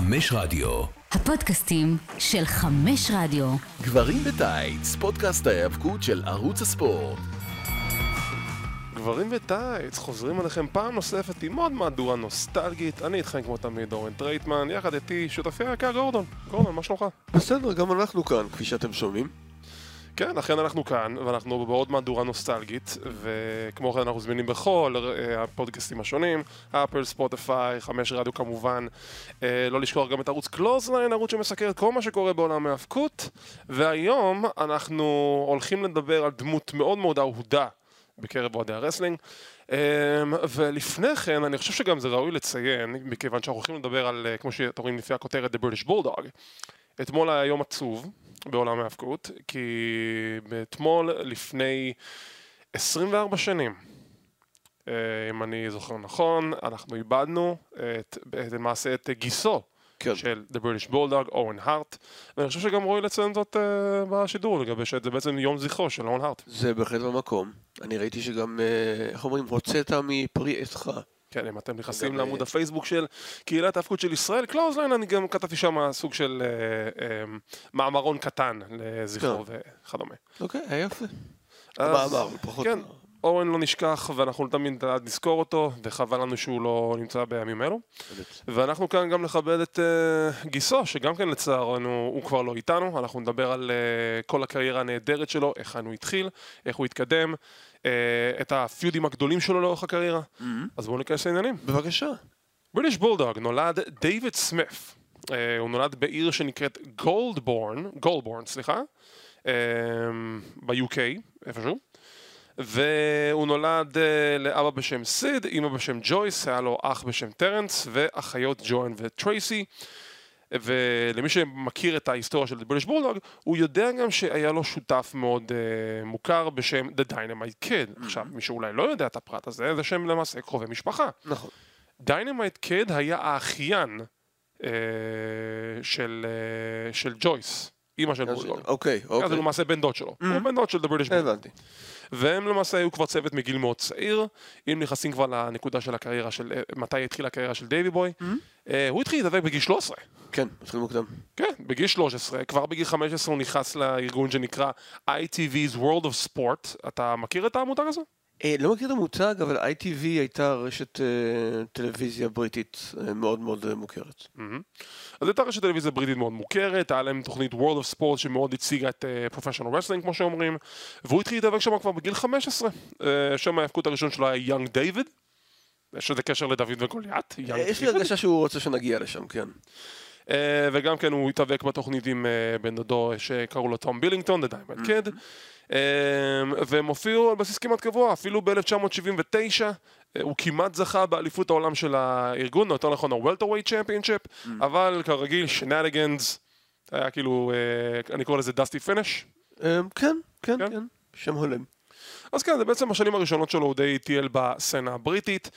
5 רדיו. הפודקאסטים של 5 רדיו. גברים בטייץ, פודקאסט ההיאבקות של ערוץ הספורט. גברים וטייץ, חוזרים עליכם פעם נוספת עם עוד מהדורה נוסטלגית. אני איתכם כמו תמיד אורן טרייטמן, יחד איתי שותפי היקר גורדון. גורדון, מה שלומך? בסדר, גם אנחנו כאן, כפי שאתם שומעים. כן, אכן אנחנו כאן, ואנחנו בעוד מהדורה נוסטלגית, וכמו כן אנחנו זמינים בכל הפודקאסטים השונים, אפל, ספוטיפיי, 5 רדיו כמובן. לא לשכוח גם את ערוץ קלוזליין, ערוץ שמסקר את כל מה שקורה בעולם ההאבקות, והיום אנחנו הולכים לדבר על דמות מאוד מאוד אהודה בקרב אוהדי הרסלינג, ולפני כן אני חושב שגם זה ראוי לציין, מכיוון שאנחנו הולכים לדבר על, כמו שאתם רואים לפי הכותרת, The British Bulldog. אתמול היה יום עצוב בעולם ההאבקות, כי אתמול לפני 24 שנים, אם אני זוכר נכון, אנחנו איבדנו למעשה את גיסו של The British Bulldog, אורן הארט, ואני חושב שגם ראוי לציין זאת בשידור, לגבי שזה בעצם יום זכרו של אורן הארט. זה בהחלט במקום. אני ראיתי שגם, איך אומרים, הוצאת מפרי עשך. כן, אם אתם נכנסים לעמוד הפייסבוק של קהילת ההאבקות של ישראל, קלוזליין, אני גם כתבתי שם סוג של מאמרון קטן לזכרו וכדומה. אוקיי, היה יפה. מאמר, פחות. כן, אורן לא נשכח ואנחנו תמיד נזכור אותו, וחבל לנו שהוא לא נמצא בימים אלו. ואנחנו כאן גם לכבד את גיסו, שגם כן לצערנו הוא כבר לא איתנו. אנחנו נדבר על כל הקריירה הנהדרת שלו, איך הוא התחיל, איך הוא התקדם, את הפיודים הגדולים שלו לאורך הקריירה. אז בואו ניכנס לעניינים. בבקשה. בריטיש בולדוג נולד דיוויד סמית. הוא נולד בעיר שנקראת גולדבורן, ב-UK, איפשהו. והוא נולד לאבא בשם סיד, אמא בשם ג'ויס, היה לו אח בשם טרנס, ואחיות ג'ואן וטרייסי. ולמי שמכיר את ההיסטוריה של בריטיש בולדוג, הוא יודע גם שהיה לו שותף מאוד מוכר בשם The Dynamite Kid. עכשיו, מי שאולי לא יודע את הפרט הזה, זה שם למעשה קרובי משפחה. נכון. Dynamite Kid היה האחיין של ג'ויס, אמא של בולדוג. אוקיי. זה למעשה בן דוד שלו. הוא בן דוד של The British Bulldog. הבנתי. והם למעשה היו כבר צוות מגיל מאוד צעיר. אם נכנסים כבר לנקודה של הקריירה של מתי התחילה הקריירה של דייבי בוי, הוא התחיל לדבק בגיל 13. כן, התחיל מוקדם. כן, בגיל 13, כבר בגיל 15 הוא נכנס לארגון שנקרא ITV's World of Sport. אתה מכיר את המותג הזה? לא מכיר את המותג, אבל ITV הייתה רשת טלוויזיה בריטית מאוד מאוד מוכרת. אז הייתה רשת טלוויזיה בריטית מאוד מוכרת, היה להם תוכנית World of Sport שמאוד הציגה את Professional Wrestling כמו שאומרים, והוא התחיל לדבק שם כבר בגיל 15. שם ההאבקות הראשון שלו היה יונג דיוויד, יש לזה קשר לדוד וגוליית. יש לי הרגשה שהוא רוצה שנגיע לשם, כן. וגם כן הוא התאבק בתוכנית עם בן דודו שקראו לו תום בילינגטון, The Diamond Kid. והם הופיעו על בסיס כמעט קבוע, אפילו ב-1979 הוא כמעט זכה באליפות העולם של הארגון, יותר נכון ה-Welterweight Championship, אבל כרגיל שנאליגנס היה כאילו, אני קורא לזה דסטי פיניש. כן, שם הולם. אז כן, זה בעצם השנים הראשונות שלו הוא די טייל בסצנה הבריטית.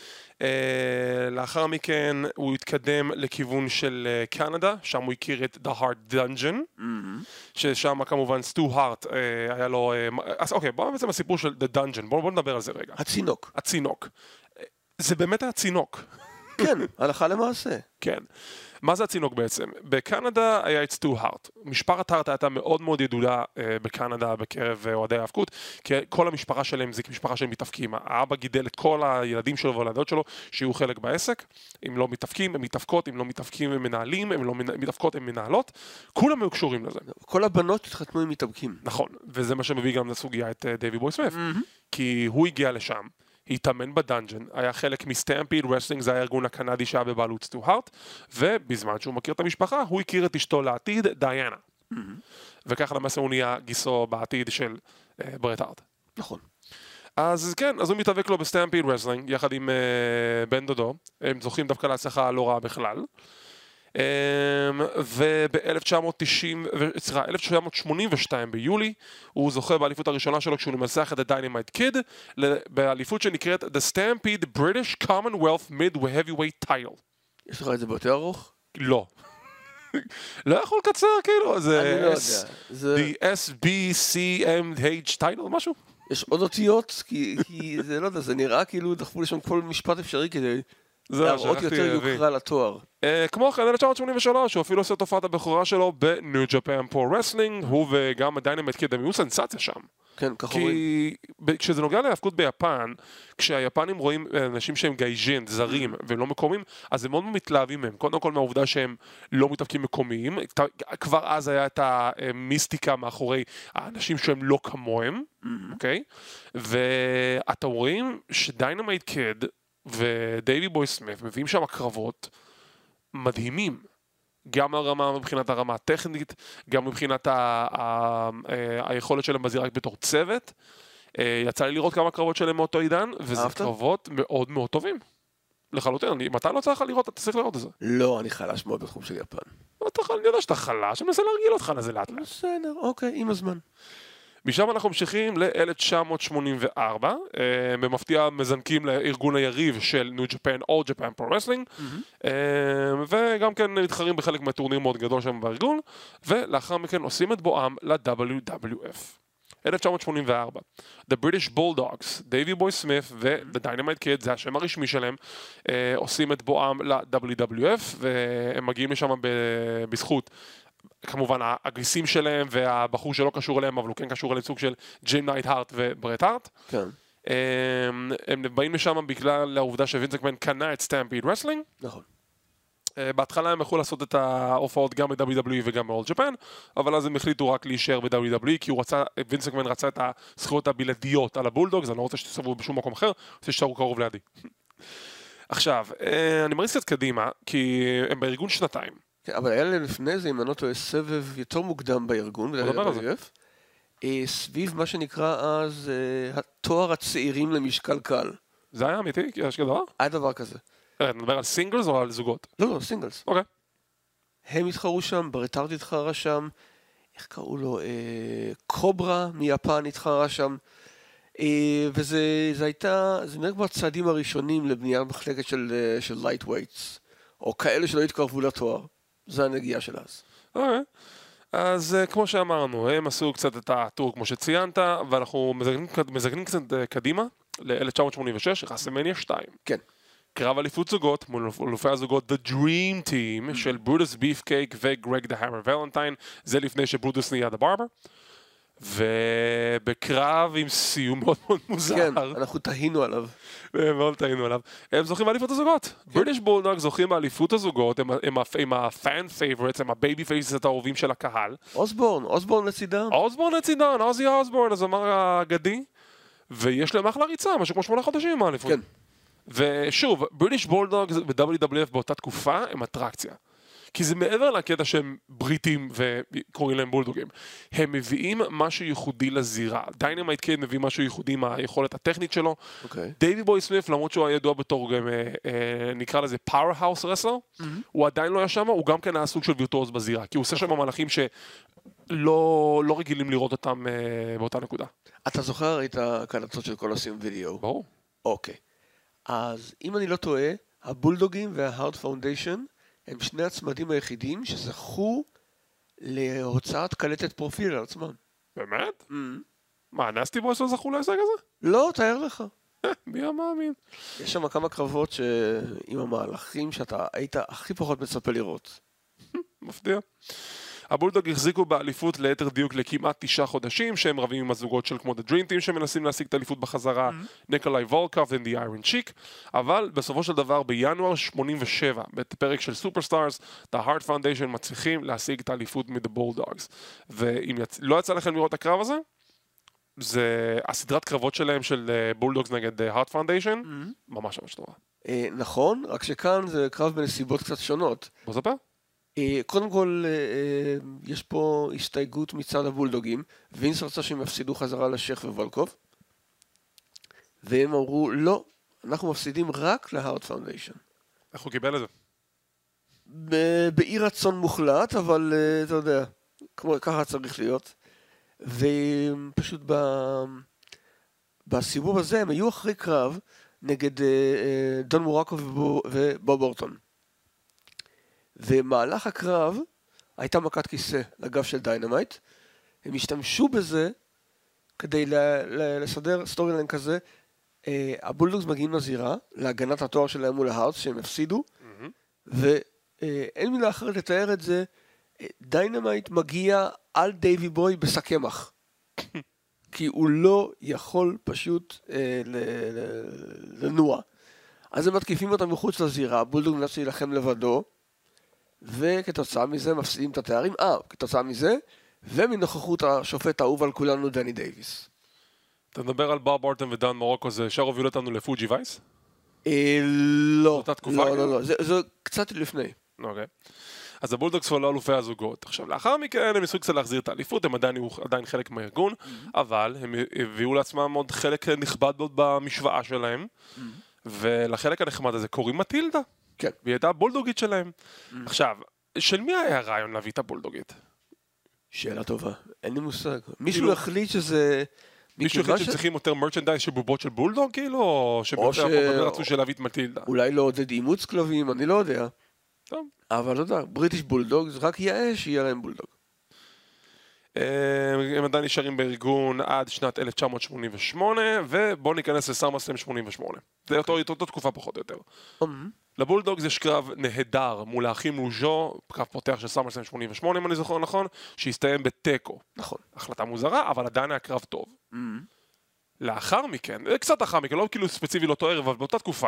לאחר מכן הוא התקדם לכיוון של קנדה, שם הוא הכיר את The Hard Dungeon, ששם כמובן סטו הארט היה לו... אז אוקיי, בואו בעצם הסיפור של The Dungeon, בואו נדבר על זה רגע. הצינוק. זה באמת היה צינוק. כן, הלכה למעשה. כן. מה זה הצינוק בעצם? בקנדה היה את סטו הארט. משפחת הארט הייתה מאוד מאוד ידועה בקנדה בקרב אוהדי ההאבקות, כי כל המשפחה שלהם זה משפחה שהם מתאפקים. האבא גידל את כל הילדים שלו והילדות שלו שיהיו חלק בעסק. אם לא מתאפקים, הם מתאפקות, אם לא מתאפקים הם מנהלים, אם לא מתאפקות הם מנהלות. כולם היו קשורים לזה. כל הבנות התחתנו עם מתאפקים. נכון, וזה מה שמביא גם לסוגיה את דייבי בוי סמית. כי הוא הגיע לשם. התאמן בדאנג'ן, היה חלק מסטמפיד רסלינג, זה הארגון הקנדי שהיה בבעלות סטו הארט, ובזמן שהוא מכיר את המשפחה, הוא הכיר את אשתו לעתיד, דיינה. וככה למעשה הוא נהיה גיסו בעתיד של ברט הארט. נכון. אז כן, אז הוא מתאבק לו בסטמפיד רסלינג, יחד עם בן דודו, הם זוכים דווקא להצלחה לא רעה בכלל. וב-1982 ביולי הוא זוכה באליפות הראשונה שלו כשהוא מנצח את ה-Dynamite Kid באליפות שנקראת The Stampede British Commonwealth Mid-Heavyweight Title. יש לך את זה ביותר ארוך? לא. לא יכול לקצר כאילו, זה The SBCMH Title משהו? יש עוד אותיות כי זה לא יודע, זה נראה כאילו דחפו לשם כל משפט אפשרי כדי להראות יותר יוקרה לתואר. כמו כן, 1983, הוא אפילו עושה את הופעת הבכורה שלו בניו ג'פן פרו רסלינג, הוא וגם הדיינמייט קיד, הם היו סנסציה שם. כן, כך אומרים. כי כשזה נוגע להאבקות ביפן, כשהיפנים רואים אנשים שהם גייז'ין, זרים, והם לא מקומיים, אז הם מאוד מתלהבים מהם. קודם כל מהעובדה שהם לא מתאבקים מקומיים, כבר אז היה את המיסטיקה מאחורי האנשים שהם לא כמוהם, אוקיי? ואתה רואים שדיינמייט קיד ודייבי בוי סמית מביאים שם קרבות מדהימים. גם מבחינת הרמה הטכנית, גם מבחינת היכולת שלהם בזירה בתור צוות. יצא לי לראות כמה קרבות שלהם מאותו עידן, וזה קרבות מאוד מאוד טובים. לחלוטין, אם אתה לא צריך לראות, אתה צריך לראות את זה. לא, אני חלש מאוד בתחום של יפן. אני יודע שאתה חלש, אני מנסה להרגיל אותך לזה לאט לאט. בסדר, אוקיי, עם הזמן. משם אנחנו ממשיכים ל-1984, במפתיע מזנקים לארגון היריב של ניו ג'פן או ג'פן פרו רסלינג, וגם כן מתחרים בחלק מהטורניר מאוד גדול שם בארגון, ולאחר מכן עושים את בואם ל-WWF. 1984, The British Bulldogs, דייבי בוי סמית ו-The Dynamite Kid, זה השם הרשמי שלהם, עושים את בואם ל-WWF, והם מגיעים לשם בזכות כמובן הגיסים שלהם והבחור שלא קשור אליהם, אבל הוא כן קשור אליהם סוג של ג'ים נייט הארט וברט הארט. כן. הם באים לשם בגלל העובדה שווינס מקמן קנה את סטמפיד רסלינג. נכון. בהתחלה הם יכלו לעשות את ההופעות גם ב-WWE וגם ב-All Japan, אבל אז הם החליטו רק להישאר ב-WWE, כי וינס מקמן רצה את הזכויות הבלעדיות על הבולדוגס, אני לא רוצה שתסתובבו בשום מקום אחר, רוצה שתשארו קרוב לידי. עכשיו, אני מריץ קצת קדימה, כי הם בארגון שנתיים. כן, אבל היה להם לפני זה, אם אני לא טועה, סבב יותר מוקדם בארגון, סביב מה שנקרא אז התואר הצעירים למשקל קל. זה היה אמיתי? יש כזה דבר? היה דבר כזה. נדבר על סינגלס או על זוגות? לא, סינגלס. אוקיי. הם התחרו שם, ברט הארט התחרה שם, איך קראו לו? קוברה מיפן התחרה שם, וזה הייתה, זה נראה כמו הצעדים הראשונים לבניית מחלקת של לייט ווייטס, או כאלה שלא התקרבו לתואר. זה הנגיעה של אז. אוקיי. אז כמו שאמרנו, הם עשו קצת את הטור כמו שציינת, ואנחנו מזגנים קצת קדימה, ל-1986, רסלמניה 2. כן. קרב אליפות זוגות, מול אלופי הזוגות The Dream Team של ברוטוס ביפקייק וגרג דה המר ולנטיין, זה לפני שברוטוס נהיה דה ברבר, ובקרב עם סיום מאוד מאוד מוזר. כן, אנחנו תהינו עליו. מאוד תהינו עליו. הם זוכים באליפות הזוגות. בריטיש בולדוג זוכים באליפות הזוגות, עם הפן פייבורטס, עם הבייבי פייסס האהובים של הקהל. אוסבורן לצידם. אוזי אוסבורן, הזמר האגדי, ויש להם אחלה ריצה, משהו כמו 8 חודשים עם האליפות. כן. ושוב, בריטיש בולדוג ב-WWF באותה תקופה הם אטרקציה. כי זה מעבר לקטע שהם בריטים וקוראים להם בולדוגים. הם מביאים משהו ייחודי לזירה. דיינמייט קיד מביא משהו ייחודי מהיכולת הטכנית שלו. דייבי בוי סמית, למרות שהוא היה ידוע בתור, נקרא לזה פאוור-האוס רסלר, הוא עדיין לא היה שם, הוא גם כן היה סוג של וירטואוז בזירה. כי הוא עושה שם מהלכים שלא רגילים לראות אותם באותה נקודה. אתה זוכר את הקלטות של כל עושים וידאו? ברור. אוקיי. אז אם אני לא טועה, הבולדוגים וההארד פאונדיישן הם שני הצמדים היחידים שזכו להוצאת קלטת פרופיל על עצמם. באמת? מה, נסטי בויס לא זכו להישג הזה? לא, תאר לך. מי המאמין? יש שם כמה קרבות עם המהלכים שאתה היית הכי פחות מצפה לראות. מפתיע. הבולדוג החזיקו באליפות ליתר דיוק לכמעט 9 חודשים, שהם רבים עם הזוגות של כמו The Dream Team שמנסים להשיג את האליפות בחזרה, ניקולאי וולקוף and the Iron Sheik, אבל בסופו של דבר בינואר 87, בפרק של סופרסטארס, The Heart Foundation מצליחים להשיג את האליפות מ-The Bulldogs. ואם לא יצא לכם לראות את הקרב הזה, זה הסדרת קרבות שלהם של בולדוגס נגד The Heart Foundation, ממש ממש טובה. נכון, רק שכאן זה קרב בנסיבות קצת שונות. בוא ספר. קודם כל, יש פה הסתייגות מצד הבולדוגים, וינס רצה שהם יפסידו חזרה לשייך ווולקוב, והם אמרו, לא, אנחנו מפסידים רק להארד פאונדיישן. איך הוא קיבל את זה? באי רצון מוחלט, אבל אתה יודע, ככה צריך להיות. ופשוט בסיבוב הזה הם היו אחרי קרב נגד דון מורקו ובוב אורטון. ומהלך הקרב הייתה מכת כיסא לגב של דיינמייט. הם השתמשו בזה כדי לסדר סטורי ליין כזה, הבולדוגס מגיעים לזירה, להגנת התואר שלהם מול ההארטס, שהם הפסידו, ואין מילה אחרת לתאר את זה, דיינמייט מגיע על דייבי בוי בסקמח. כי הוא לא יכול פשוט לנוע. אז הם מתקיפים אותם מחוץ לזירה, בולדוג מנסה להילחם לבדו, וכתוצאה מזה מפסידים את התארים, כתוצאה מזה, ומנוכחות השופט האהוב על כולנו, דני דייביס. אתה מדבר על בר ברטון ודן מורוקו, זה ישר הוביל אותנו לפוג'י וייס? לא, לא, זה קצת לפני. אוקיי. אז הבולדוגס כבר לא אלופי הזוגות. עכשיו, לאחר מכן הם ניסו קצת להחזיר את האליפות, הם עדיין חלק מהארגון, אבל הם הביאו לעצמם עוד חלק נכבד עוד במשוואה שלהם, ולחלק הנחמד הזה קוראים מטילדה. כן. והיא הייתה הבולדוגית שלהם. עכשיו, של מי היה הרעיון להביא את הבולדוגית? שאלה טובה, אין לי מושג. מישהו החליט שזה... מישהו החליט שצריכים יותר מרצ'נדייז של בובות של בולדוג, כאילו? או שבאמת רצו להביא את מטילדה? אולי לעודד אימוץ כלבים, אני לא יודע. טוב. אבל לא יודע, בריטיש בולדוג, זה רק יאה שיהיה להם בולדוג. הם עדיין נשארים בארגון עד שנת 1988, ובואו ניכנס לסאמרסלאם 88. זה אותו תקופה פחות או יותר. לבולדוגס יש קרב נהדר מול האחים לוז'ו, קרב פותח של סאמרסלאם 88, אם אני זוכר נכון, שהסתיים בטקו. נכון. החלטה מוזרה, אבל עדיין היה קרב טוב. לאחר מכן, קצת אחר מכן, לא כאילו ספציפי לאותו ערב, אבל באותה תקופה,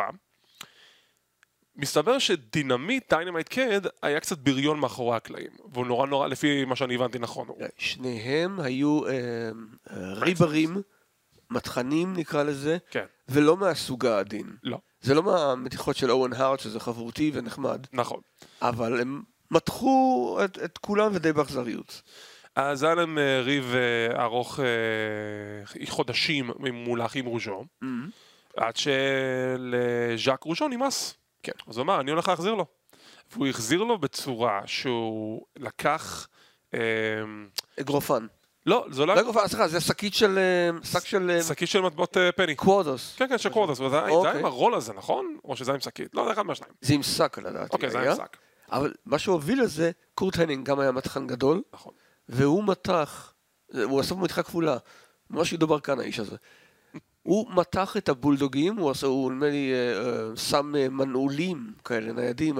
מסתבר שדינמיט, דיינמייט קד, היה קצת בריון מאחורי הקלעים. והוא נורא, לפי מה שאני הבנתי נכון. שניהם היו ריברים, מתחנים נקרא לזה, כן. ולא מהסוג העדין. לא. זה לא מהמתיחות של אוון הארט, שזה חברותי ונחמד. נכון. אבל הם מתחו את כולם ודי באכזריות. אז היה להם ריב ארוך חודשים מול האחים רוז'ו, עד שלז'אק רוז'ו נמאס. כן. אז הוא אמר, אני הולך להחזיר לו. והוא החזיר לו בצורה שהוא לקח... אגרופן. לא, זה לא... לא אגרופן, סליחה, זה שקית של... שקית של מטבעות פני. קוורדוס. כן, של קוורדוס. זה היה עם הרול הזה, נכון? או שזה היה עם שקית? לא, זה אחד מהשניים. זה עם שק, לדעתי. אוקיי, זה היה עם שק. אבל מה שהוביל לזה, קורט הנינג גם היה מתחן גדול. נכון. והוא מתח, הוא עשה מתחה כפולה. ממש ידובר כאן האיש הזה. הוא מתח את הבולדוגים, הוא נדמה לי שם מנעולים כאלה ניידים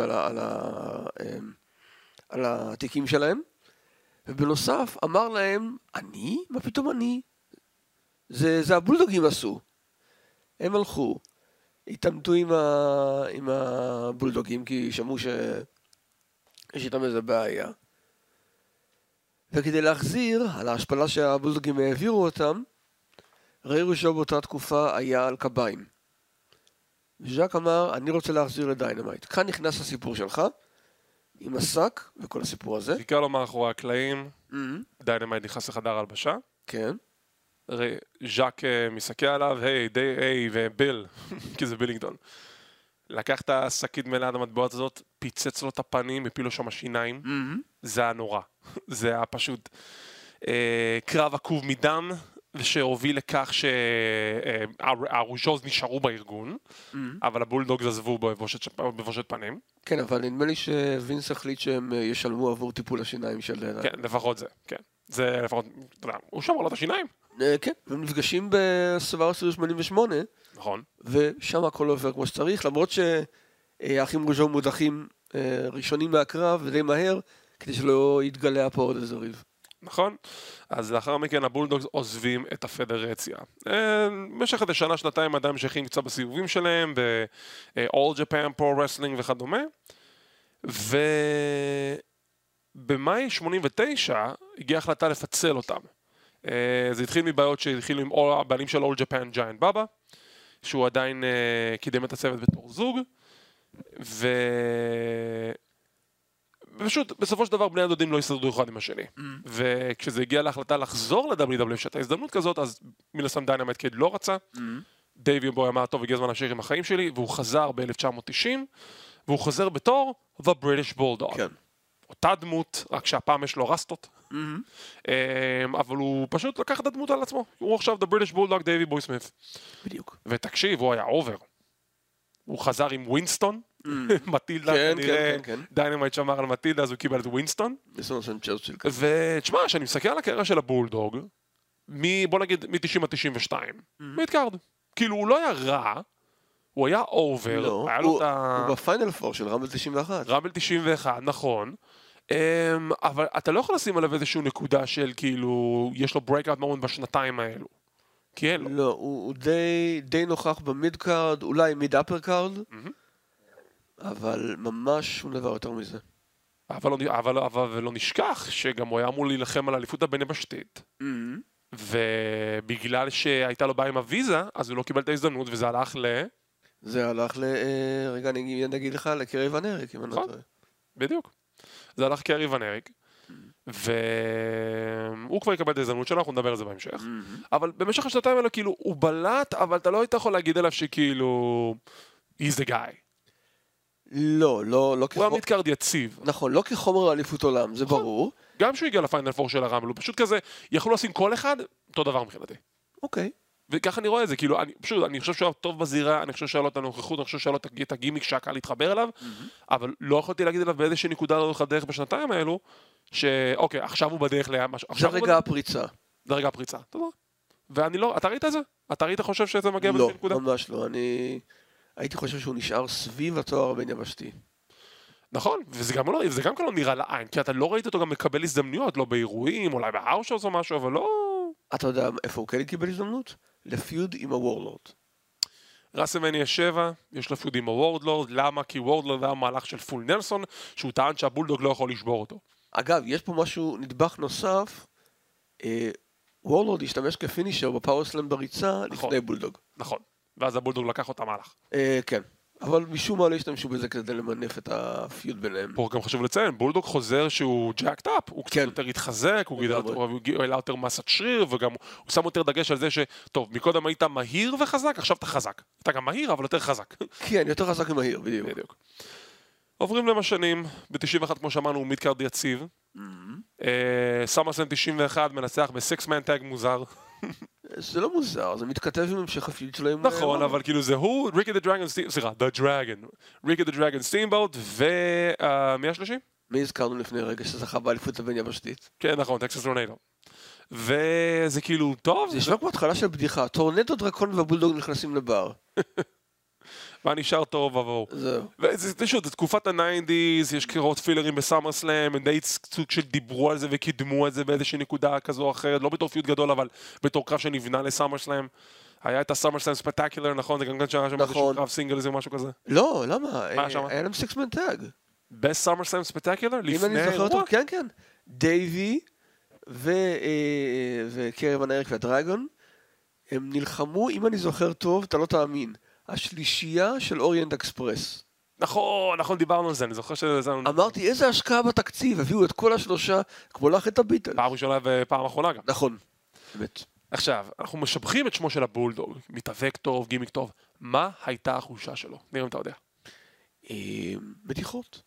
על התיקים שלהם, ובנוסף אמר להם, אני? מה פתאום אני? זה הבולדוגים עשו. הם הלכו, התעמתו עם הבולדוגים, כי שמעו שיש איתם איזה בעיה. וכדי להחזיר על ההשפלה שהבולדוגים העבירו אותם, ריי רוז'ו באותה תקופה היה על קביים. ז'אק אמר, אני רוצה להחזיר לדיינמייט. כאן נכנס הסיפור שלך, עם השק וכל הסיפור הזה. חיכה לו מאחורי הקלעים, דיינמייט נכנס לחדר הלבשה. כן. ז'אק מסתכל עליו, היי, וביל, כי זה בילינגטון. לקח את השקית מלאה המטבעות הזאת, פיצץ לו את הפנים, הפיל לו שם השיניים. זה היה נורא. זה היה פשוט קרב עקוב מדם, ושהוביל לכך שהרוז'וז נשארו בארגון, אבל הבולדוגס עזבו בבושת פנים. כן, אבל נדמה לי שווינס החליט שהם ישלמו עבור טיפול השיניים של... כן, לפחות זה, כן. זה לפחות, אתה יודע, הוא שמר לו את השיניים. כן, הם נפגשים בסברה סיריוס 88. נכון. ושם הכל עובר כמו שצריך, למרות שהאחים רוז'ו מודחים ראשונים מהקרב ודי מהר, כדי שלא יתגלה פה עוד איזה ריב. נכון? אז לאחר מכן הבולדוגס עוזבים את הפדרציה. במשך איזה שנה, שנתיים עדיין משכים קצת בסיבובים שלהם, ב-All Japan Pro Wrestling וכדומה. ובמאי 89 הגיעה החלטה לפצל אותם. זה התחיל מבעיות שהתחילו עם הבעלים של All Japan Giant Baba, שהוא עדיין קידם את הצוות בתור זוג, ופשוט בסופו של דבר בני הדודים לא יסתדרו אחד עם השני. וכשזה הגיע להחלטה לחזור ל-WW שהייתה הזדמנות כזאת, אז מן הסתם דיינמייט קד לא רצה. דייבי בוי אמר, טוב, הגיע הזמן להמשיך עם החיים שלי, והוא חזר ב-1990, והוא חוזר בתור The British Bulldog. כן. אותה דמות, רק שהפעם יש לו רסטות. אבל הוא פשוט לקח את הדמות על עצמו. הוא עכשיו The British Bulldog דייבי בוי סמית. בדיוק. ותקשיב, הוא היה אובר. הוא חזר עם ווינסטון. מטילדה, כנראה, דיינמייט שמר על מטילדה, אז הוא קיבל את ווינסטון. ותשמע, שאני מסתכל על הקריירה של הבולדוג, בוא נגיד, מ-90 עד 92, מידקארד. כאילו, הוא לא היה רע, הוא היה אובר, לא, היה לו הוא את ה... הוא בפיינל פור של רמבל 91. רמבל 91, נכון. אבל אתה לא יכול לשים עליו איזשהו נקודה של כאילו, יש לו breakout moment בשנתיים האלו. כי אין לו. לא, הוא די נוכח במיד קארד, אולי מיד אפר קארד, אבל ממש שום דבר יותר מזה. אבל לא נשכח שגם הוא היה אמור להילחם על האליפות הבין-יבשתית. ובגלל שהייתה לו בעיה עם הוויזה, אז הוא לא קיבל את ההזדמנות, וזה הלך זה הלך רגע, אני אגיד לך, לקרי ון אריק, אם אני לא טועה. בדיוק. זה הלך קרי ון אריק, והוא כבר יקבל את ההזדמנות שלו, אנחנו נדבר על זה בהמשך. אבל במשך השנתיים האלה, כאילו, הוא בלט, אבל אתה לא היית יכול להגיד עליו שכאילו, he's the guy. לא הוא כחומר... היה מידקארד יציב. נכון, לא כחומר לאליפות עולם, זה ברור. גם שהוא הגיע לפיינל פור של הרמבל, הוא פשוט כזה, יכלו לשים כל אחד, אותו דבר מבחינתי. אוקיי. וככה אני רואה את זה, כאילו, אני חושב שהוא היה טוב בזירה, אני חושב שהיה לו את הנוכחות, אני חושב שהיה לו את הגימיק שהקהל להתחבר אליו, אבל לא יכולתי להגיד עליו באיזושהי נקודה לא הולך דרך בשנתיים האלו, שאוקיי, עכשיו הוא בדרך למשהו. זה רגע הפריצה. זה רגע הפריצה, תודה. ואני לא, אתה ראית את זה? אתה ראית חושב שזה מגיע באיזושהי נקודה? לא, ממש לא, אני הייתי חושב שהוא נשאר סביב התואר הבין-יבשתי. נכון, וזה גם לא נראה לעין, כי אתה לא ראית אותו גם מקבל הזדמנויות, לא באירועים, אולי בהאושוז או משהו, אבל לא... אתה יודע איפה הוא כן קיבל הזדמנות? לפיוד עם הוורלורד. רסלמניה 7, יש לו פיוד עם הוורלורד, למה? כי וורלורד היה מהלך של פול נלסון, שהוא טען שהבולדוג לא יכול לשבור אותו. אגב, יש פה משהו, נדבך נוסף, וורלורד השתמש כפינישר בפאוורסלאם בריצה לפני בולדוג. נכון, ואז הבולדוג לקח אותה מהלך. כן, אבל משום מה לא השתמשו בזה כדי למנף את הפיוד ביניהם. פה גם חשוב לציין, בולדוג חוזר שהוא ג'אקט אפ, הוא קצת יותר התחזק, הוא העלה יותר מסת שריר, וגם הוא שם יותר דגש על זה שטוב, מקודם היית מהיר וחזק, עכשיו אתה חזק. אתה גם מהיר, אבל יותר חזק. כן, יותר חזק ומהיר, בדיוק. עוברים למה שנים, ב-91 כמו שאמרנו הוא מידקארד יציב, סאמרסלאם 91 מנצח בסיקס-מן טאג מוזר. זה לא מוזר, זה מתכתב עם המשך הפיוד שלהם. נכון, אבל כאילו זה הוא, ריקי דה דרגון, סליחה, דה דרגון, ריקי דה דרגון סטימבוט, ומי השלישי? מי הזכרנו לפני רגע שזכה באליפות הבין-יבשתית? כן, נכון, טקסס טורנדו. וזה כאילו, טוב. זה נשמע כמו התחלה של בדיחה, טורנדו, דרקון והבולדוג נכנסים לבר. מה נשאר טוב עבור. זהו. וזה שוב, זה תקופת ה-90s, יש קרירות פילרים בסאמרסלאם, הם די סוג של דיברו על זה וקידמו את זה באיזושהי נקודה כזו או אחרת, לא בתור פיוט גדול, אבל בתור קרב שנבנה לסאמרסלאם. היה את הסאמרסלאם ספקטקולר, נכון? זה גם כאן שהיה שם איזשהו קרב סינגל או משהו כזה. לא, למה? מה שם? היה להם סיקס-מן טאג. בסאמרסלאם ספקטקולר? אם אני זוכר אותו, כן, כן. דייבי וקרי ון אריק והדרגון, הם נלחמו, אם אני זוכר טוב, אתה לא תאמין. השלישייה של אוריינט אקספרס. נכון, דיברנו על זה, אני זוכר שזה... אמרתי, איזה השקעה בתקציב, הביאו את כל השלושה, כמו לך את הביטל. פעם ראשונה ופעם אחרונה גם. נכון, באמת. עכשיו, אנחנו משבחים את שמו של הבולדוג, מתאבק טוב, גימיק טוב. מה הייתה החולשה שלו? נראה אם אתה יודע. מתיחות.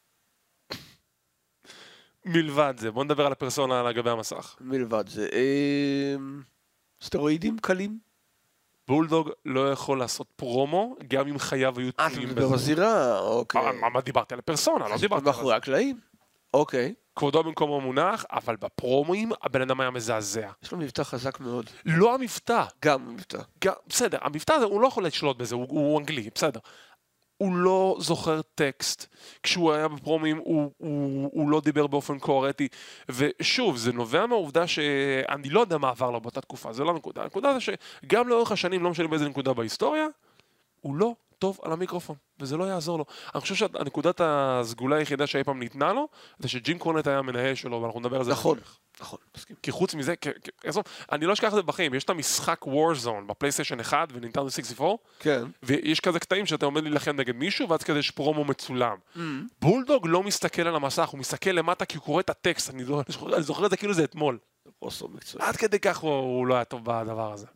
מלבד זה, בוא נדבר על הפרסונה לגבי המסך. מלבד זה, סטרואידים קלים. בולדוג לא יכול לעשות פרומו, גם אם חייו היו תלויים בזה. בזירה, אוקיי. מה דיברתי על הפרסונה, לא דיברתי על זה. מאחורי הקלעים? אוקיי. כבודו במקומו מונח, אבל בפרומואים הבן אדם היה מזעזע. יש לו מבטא חזק מאוד. לא המבטא. גם מבטא. בסדר, המבטא הזה, הוא לא יכול לשלוט בזה, הוא אנגלי, בסדר. הוא לא זוכר טקסט, כשהוא היה בפרומים הוא לא דיבר באופן קוהרנטי, ושוב, זה נובע מהעובדה שאני לא יודע מה עבר לו באותה תקופה, זה לא הנקודה. הנקודה זה שגם לאורך השנים, לא משנה באיזה נקודה בהיסטוריה, הוא לא טוב על המיקרופון, וזה לא יעזור לו. אני חושב שהנקודת הסגולה היחידה שאי פעם ניתנה לו, זה שג'ים קורנט היה המנהל שלו, ואנחנו נדבר על זה. נכון. מסכים. כי חוץ מזה, אני לא אשכח את זה בחיים, יש את המשחק Warzone בפלייסטיישן 1 ונינטנדו 64, כן. ויש כזה קטעים שאתה עומד להילחם נגד מישהו, ואז כזה יש פרומו מצולם. בולדוג לא מסתכל על המסך, הוא מסתכל למטה כי הוא קורא את הטקסט, אני זוכר את זה כאילו זה אתמול. עד כדי כך הוא לא היה טוב בדבר הזה.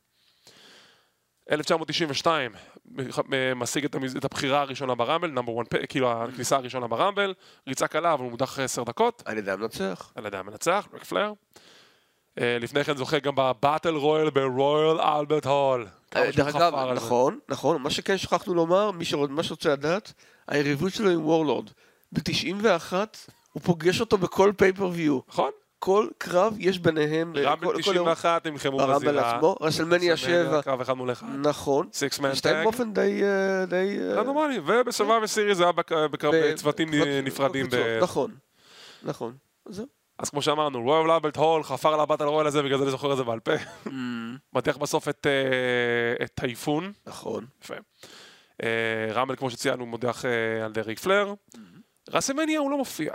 1992, משיג את הבחירה הראשונה ברמבל, כאילו הכניסה הראשונה ברמבל, ריצה קלה, אבל הוא מודח 10 דקות. על ידי המנצח. על ידי המנצח, ריק פלר. לפני כן זוכה גם בבטל רויאל ברויאל אלברט הול. דרך אגב, נכון, מה שכן שכחנו לומר, מה שרוצה לדעת, היריבות שלו עם וורלורד. ב-91 הוא פוגש אותו בכל פייפר ויו. נכון. כל קרב יש ביניהם. רמבל 91 הם נלחמו בזירה. ברמבל עצמו, רסלמניה 7. קרב אחד מול אחד. נכון. סיקס מן שתיים טאג. באופן די... נורמלי, ובסרווייבר סיריס זה היה בצוותים נפרדים. נכון. זהו. אז כמו שאמרנו, רויאל אלברט הול חפר על הבטל רויאל הזה, בגלל זה אני זוכר את זה בעל פה. מתח בסוף את טייפון. נכון. יפה. רמבל, כמו שציינו, מודח על דריק פלר. רסלמניה הוא לא מופיע.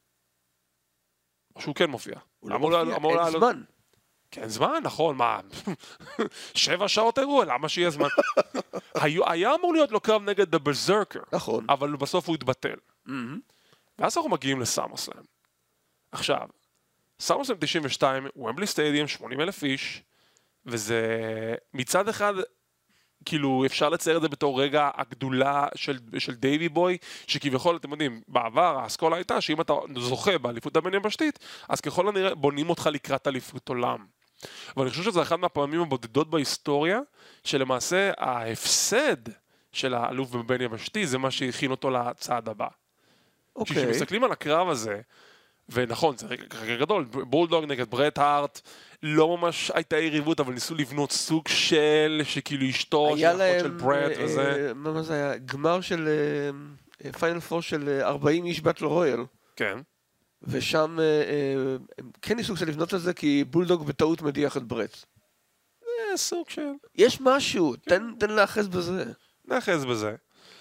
או שהוא כן מופיע. הוא לא מופיע, אין זמן. כן, זמן, נכון, מה? 7 שעות אירוע, למה שיהיה זמן? היה אמור להיות לו קרב נגד הברזרקר. נכון. אבל בסוף הוא התבטל. ואז אנחנו מגיעים לסאמרסלאם. עכשיו, סאמרסלאם 92, ומבלי סטדיום, 80,000 איש, וזה מצד אחד, כאילו אפשר לצייר את זה בתור רגע הגדולה של דייבי בוי, שכביכול, אתם יודעים, בעבר האסכולה הייתה שאם אתה זוכה באליפות הבין-יבשתית, אז ככל הנראה בונים אותך לקראת אליפות עולם. ואני חושב שזה אחד מהפעמים הבודדות בהיסטוריה, שלמעשה ההפסד של האלוף בבין-יבשתי, זה מה שהכין אותו לצעד הבא. אוקיי. כשמסתכלים על הקרב הזה, ונכון, זה רגע גדול, בולדוג נגד ברט הארט, לא ממש הייתה יריבות, אבל ניסו לבנות סוג שכאילו אשתו, של אחות של ברט וזה. מה זה היה? גמר של פיינל פור של 40 איש באטל רויאל. כן. ושם הם כן ניסו קצת לבנות על זה, כי בולדוג בטעות מדיח את ברט. סוג של... יש משהו, תן לאחז בזה. נאחז בזה.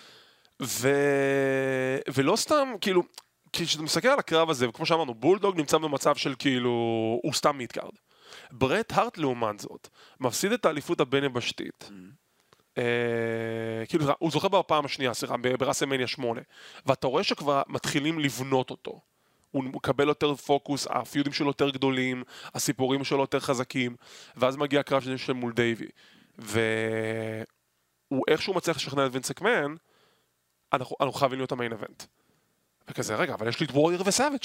ולא סתם, כאילו... כשאתה מסתכל על הקרב הזה, וכמו שאמרנו, בולדוג נמצא במצב של כאילו, הוא סתם מידקארד. ברט הארט לעומת זאת, מפסיד את האליפות הבין-יבשתית. כאילו, הוא זוכה בפעם השנייה, סליחה, ברסלמניה 8. ואתה רואה שכבר מתחילים לבנות אותו. הוא מקבל יותר פוקוס, הפיודים שלו יותר גדולים, הסיפורים שלו יותר חזקים, ואז מגיע הקרב של מול דייבי. והוא איכשהו מצליח לשכנע את וינס מקמן, אנחנו חייבים להיות המיין איבנט. וכזה, רגע, אבל יש לי את וורייר וסאביג'.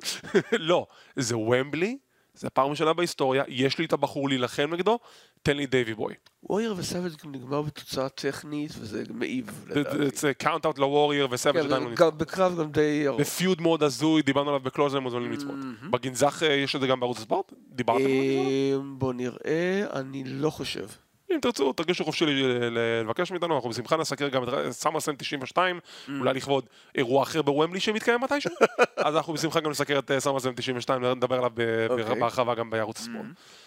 לא, זה ומבלי, זה פעם ראשונה בהיסטוריה, יש לי את הבחור להילחם נגדו, תן לי דייבי בוי. וורייר וסאביג' גם נגמר בתוצאה טכנית, וזה מעיב. זה קאונט אאוט לוורייר וסאביג' עדיין לא נצפות. בקרב גם די ארוך. בפיוד מאוד הזוי, דיברנו עליו בקלוזר, מוזמנים לצפות. בגנזך יש את זה גם בערוץ הספורט? דיברתם על זה? בוא נראה, אני לא חושב. אם תרצו, תרגישו חופשי לבקש מאיתנו, אנחנו בשמחה נסקר גם את סאמרסלאם 92, אולי לכבוד אירוע אחר בוומבלי שמתקיים מתישהו, אז אנחנו בשמחה גם נסקר את סאמרסלאם 92, נדבר עליו בהרחבה גם בערוץ הספורט.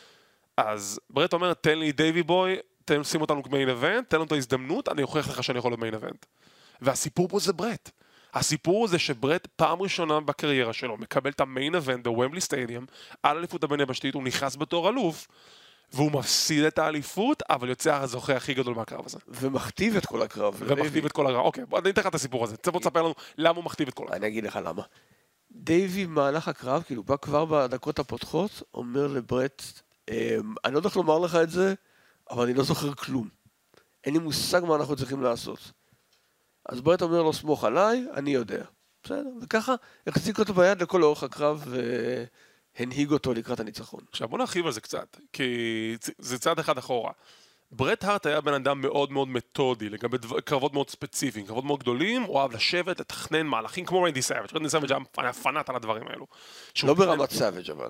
אז ברט אומר, תן לי דייבי בוי, שים אותנו כמיין איבנט, תן לנו את ההזדמנות, אני אוכיח לך שאני יכול להיות מיין איבנט. והסיפור פה זה ברט. הסיפור זה שברט פעם ראשונה בקריירה שלו מקבל את המיין איבנט בוומבלי סטדיום, על אליפות הבין-יבשתית, הוא נכנס בתור אלוף, והוא מפסיד את האליפות, אבל יוצא הזוכה הכי גדול מהקרב הזה. ומכתיב את כל הקרב. ומכתיב את כל הקרב. אוקיי, בוא ניתן לך את הסיפור הזה. בוא תספר לנו למה הוא מכתיב את כל הקרב. אני אגיד לך למה. דייבי במהלך הקרב, כאילו בא כבר בדקות הפותחות, אומר לברט, אני לא יודע איך לומר לך את זה, אבל אני לא זוכר כלום. אין לי מושג מה אנחנו צריכים לעשות. אז ברט אומר לו, סמוך עליי, אני יודע. בסדר, וככה החזיק אותו ביד לכל אורך הקרב, הנהיג אותו לקראת הניצחון. עכשיו בוא נרחיב על זה קצת, כי זה צעד אחד אחורה. ברט הארט היה בן אדם מאוד מאוד מתודי, לגבי קרבות מאוד ספציפיים, קרבות מאוד גדולים, הוא אוהב לשבת, לתכנן מהלכים כמו רנדי סאביג'. רנדי סאביג' היה פנאט על הדברים האלו. לא ברמת סאביג' אבל.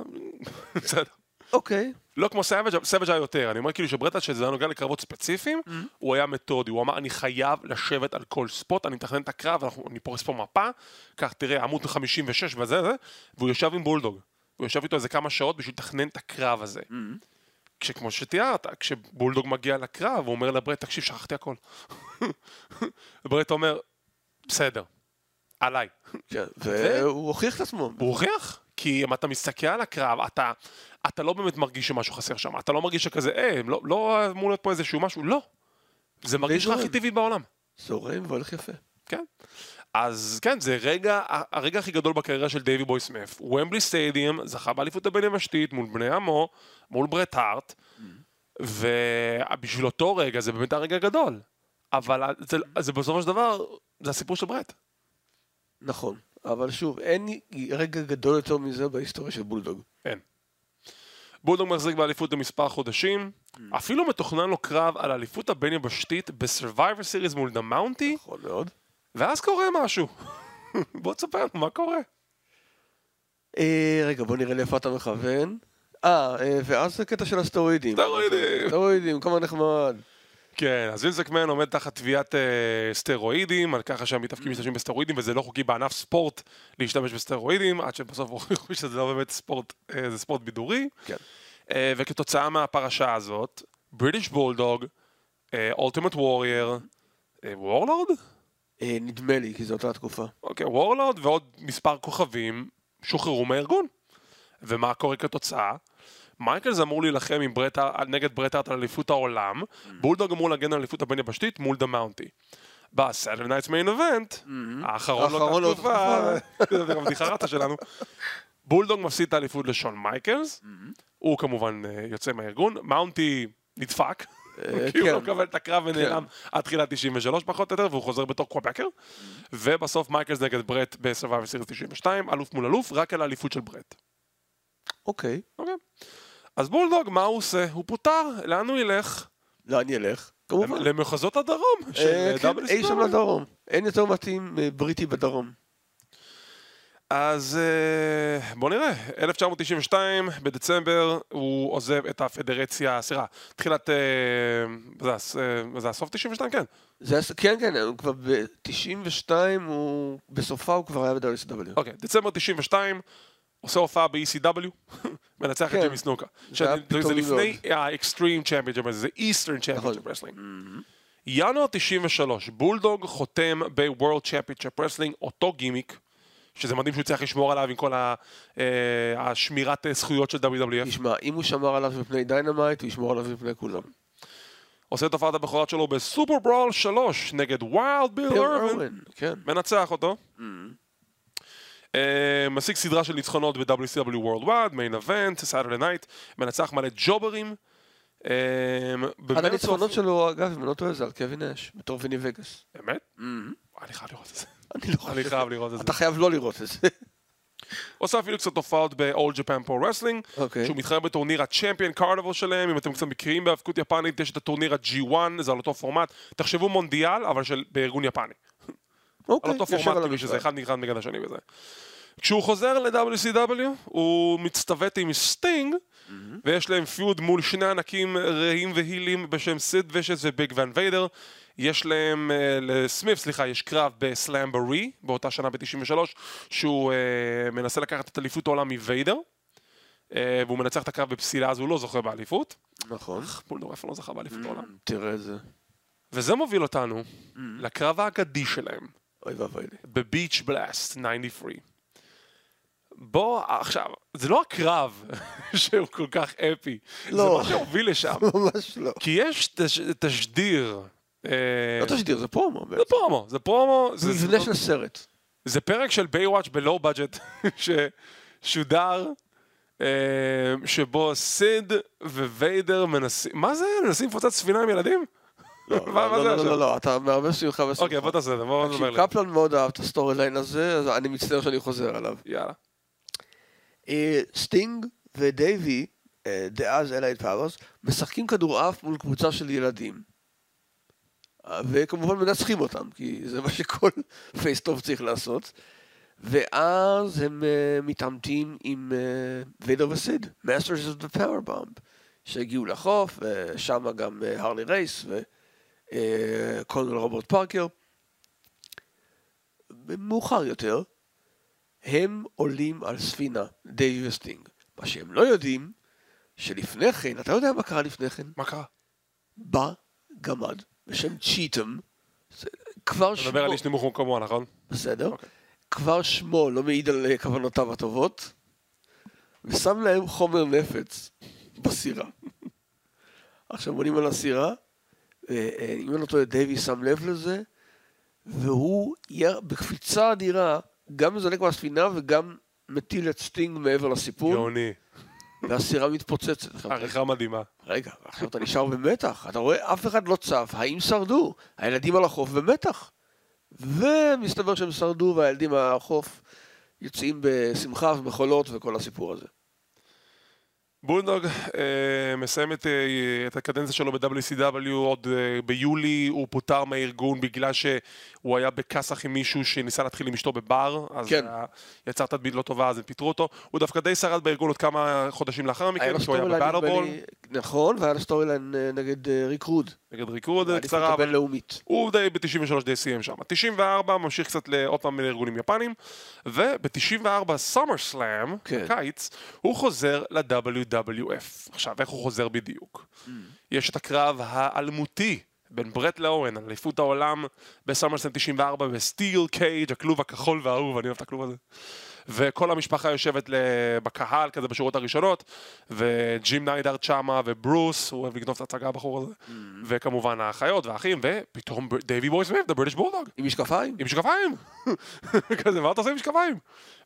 בסדר. אוקיי. לא כמו סאביג' היה יותר. אני אומר כאילו שברט הארט שזה היה נוגע לקרבות ספציפיים, הוא היה מתודי, הוא אמר אני חייב לשבת על כל ספוט, אני מתכנן את הקרב, אני פורס פה מפה, כך תראה עמוד 56 וזה, והוא יושב עם בולדוג. הוא יושב איתו איזה כמה שעות בשביל לתכנן את הקרב הזה. כשכמו שתיארת, כשבולדוג מגיע לקרב, הוא אומר לברט, תקשיב, שכחתי הכל. ברט אומר, בסדר, עליי. והוא הוכיח את עצמו. הוא הוכיח, כי אם אתה מסתכל על הקרב, אתה לא באמת מרגיש שמשהו חסר שם. אתה לא מרגיש שכזה, לא אמור להיות פה איזשהו משהו, לא. זה מרגיש לך הכי טבעי בעולם. זורם והולך יפה. כן. אז כן, זה הרגע הכי גדול בקריירה של דייבי בוי סמית. ומבלי סטדיום זכה באליפות הבין-יבשתית מול בני עמו, מול ברט הארט, ובשביל אותו רגע זה באמת הרגע הגדול. אבל זה בסופו של דבר, זה הסיפור של ברט. נכון, אבל שוב, אין רגע גדול יותר מזה בהיסטוריה של בולדוג. אין. בולדוג מחזיק באליפות במספר חודשים, אפילו מתוכנן לו קרב על האליפות הבין-יבשתית ב-Survivor Series מול דה מאונטי. נכון מאוד. ואז קורה משהו. בוא תספר לנו, מה קורה? רגע, בוא נראה לאיפה אתה מכוון. ואז זה קטע של הסטרואידים. סטרואידים, כמה נחמד. כן, אז וינס מקמן עומד תחת תביעת סטרואידים, על ככה שהמתאבקים משתמשים בסטרואידים, וזה לא חוקי בענף ספורט להשתמש בסטרואידים, עד שבסוף הוכיחו שזה לא באמת ספורט, זה ספורט בידורי. כן. וכתוצאה מהפרשה הזאת, בריטיש בולדוג, אולטימט וורייר, וורלורד? נדמה לי, כי זו אותה התקופה. אוקיי, וורלורד ועוד מספר כוכבים שוחררו מהארגון. ומה קורה כתוצאה? מייקלס אמור להילחם נגד ברט הארט על אליפות העולם, בולדוג אמור להגן על אליפות הבין יבשתית מול דמאונטי. בסאטרדי נייטס מיין איבנט, האחרון לא תקופה, זה גם בדיחה רצה שלנו, בולדוג מפסיד את האליפות לשון מייקלס, הוא כמובן יוצא מהארגון, מאונטי נדפק, כי הוא לא מקבל את הקרב ונעלם עד תחילת 93 פחות או יותר, והוא חוזר בתור קוואבקר, ובסוף מייקלס נגד ברט בסרווייבר סיריס 92, אלוף מול אלוף, רק על האליפות של ברט. אוקיי. אז בולדוג, מה הוא עושה? הוא פוטר, לאן הוא ילך? לאן ילך? כמובן. למחוזות הדרום של WCW. אי שם לדרום. אין יותר מתאים בריטי בדרום. אז בוא נראה, 1992 בדצמבר הוא עוזב את הפדרציה, תחילת, זה הסוף 92, כן? כן, הוא כבר ב-92, בסופה הוא כבר היה ב-WCW. אוקיי, דצמבר 92, עושה הופעה ב-ECW, מנצח את ג'ימי סנוקה. זה לפני ה-Extreme Championship, זה Eastern Championship Wrestling. ינואר 93, בולדוג חותם ב-World Championship Wrestling, אותו גימיק, שזה מדהים שהוא צריך לשמור עליו עם כל השמירת זכויות של WWF. תשמע, אם הוא שמר עליו מפני דיינמייט, הוא ישמור עליו מפני כולם. עושה את הופעת הבכורת שלו בסופר ברול 3 נגד ויילד ביל ארווין. מנצח אותו. משיג סדרה של ניצחונות ב-WCW Worldwide, Main Event, Saturday Night, מנצח מלא ג'וברים. אחד הניצחונות שלו, אגב, אם אני לא טועה, זה על קווין אש, בתור ויני וגאס. באמת? אני חייב לראות את זה. אני חייב לראות את זה. אתה חייב לא לראות את זה. עושה אפילו קצת הופעות ב-All Japan Pro Wrestling, שהוא מתחרה בטורניר הצ'מפיון קארניבל שלהם, אם אתם קצת מכירים בהאבקות יפנית, יש את הטורניר ה-G1, זה על אותו פורמט, תחשבו מונדיאל, אבל בארגון יפני. על אותו פורמט, כאילו שזה אחד נגד השני וזה. כשהוא חוזר ל-WCW, הוא מצטוות עם סטינג, ויש להם פיוד מול שני ענקים רעים והילים בשם סיד וישס וביג ון ויידר. יש להם, לסמיף, יש קרב בסלאמבורי, באותה שנה ב-93, שהוא מנסה לקחת את אליפות העולם מוויידר, והוא מנצח את הקרב בפסילה, אז הוא לא זוכה באליפות. נכון. בולדוג איפה לא זכה באליפות העולם. תראה את זה. וזה מוביל אותנו לקרב האגדי שלהם. אוי ואבוי לי. בביץ' בלאסט 93. בוא, עכשיו, זה לא הקרב שהוא כל כך אפי. לא. זה מה שהוביל לשם. ממש לא. כי יש תשדיר. לא תשדיר, זה פרומו. זה פרומו. זה מבנה של סרט. זה פרק של בייוואץ' בלואו בדג'ט, ששודר, שבו סיד וויידר מנסים, מה זה? מנסים לפוצץ ספינה עם ילדים? לא, אתה מערבב שמחה ושמחה. אוקיי, בוא תעשה את זה, בוא נדבר לי. קפלן מאוד אהב את הסטורי ליין הזה, אז אני מצטער שאני חוזר עליו. יאללה. סטינג ודייבי, דאז אלייט פאוורס, משחקים כדורעף מול קבוצה של ילדים. וכמובן מנצחים אותם, כי זה מה שכל פייס טוב צריך לעשות. ואז הם מתעמתים עם ויידר וסיד, Masters of the Power Bomb, שהגיעו לחוף, ושם גם הרלי רייס וקולנל רוברט פארקר. מאוחר יותר, הם עולים על ספינה, דייבי וסטינג. מה שהם לא יודעים, שלפני כן, אתה יודע מה קרה לפני כן? מה קרה? בא גמד בשם צ'יטם, כבר שמו... אתה מדבר על איש נמוך כמוה, נכון? בסדר. כבר שמו לא מעיד על כוונותיו הטובות, ושם להם חומר נפץ בסירה. עכשיו עולים על הסירה, אם אני לא טועה, דייבי שם לב לזה, והוא בקפיצה אדירה, גם מזנק מהספינה וגם מטיל את סטינג מעבר לסיפון. גאוני. והסירה מתפוצצת. עריכה מדהימה. רגע, עכשיו אתה נשאר במתח. אתה רואה, אף אחד לא צף. האם שרדו? הילדים על החוף במתח. ומסתבר שהם שרדו, והילדים על החוף יוצאים בשמחה ובחולות וכל הסיפור הזה. בולדוג מסיים את הקדנציה שלו ב-WCW עוד ביולי, הוא פוטר מהארגון בגלל שהוא היה בקסח עם מישהו שניסה להתחיל עם אשתו בבר, אז כן. יצר תדמית לא טובה, אז הם פיטרו אותו. הוא דווקא די שרד בארגון עוד כמה חודשים לאחר מכן, כשהוא היה בבאטלבול. נכון, והיה לו סטורי ליין נגד ריק רוד. נגד ריק רוד, קצרה, אבל בינלאומית. הוא די ב-93 די סיים שם. 94 ממשיך קצת עוד פעם לארגונים יפנים, וב-94 סאמר סלאם, קיץ, הוא חוזר ל-WWF. עכשיו, איך הוא חוזר בדיוק? יש את הקרב האלמותי בין ברט לאוהן, על אליפות העולם בסאמרסלאם 94 בסטיל קייג', הכלוב הכחול והאהוב, אני אוהב את הכלוב הזה. וכל המשפחה יושבת בקהל כזה בשורות הראשונות, וג'ים ניידארט שמה, וברוס, הוא אוהב לגנוב את הצגה הבחור הזה, וכמובן האחיות והאחים, ופתאום דייבי בוי סמית, the British Bulldog. עם משקפיים? עם משקפיים! כזה, מה אתה עושה עם משקפיים?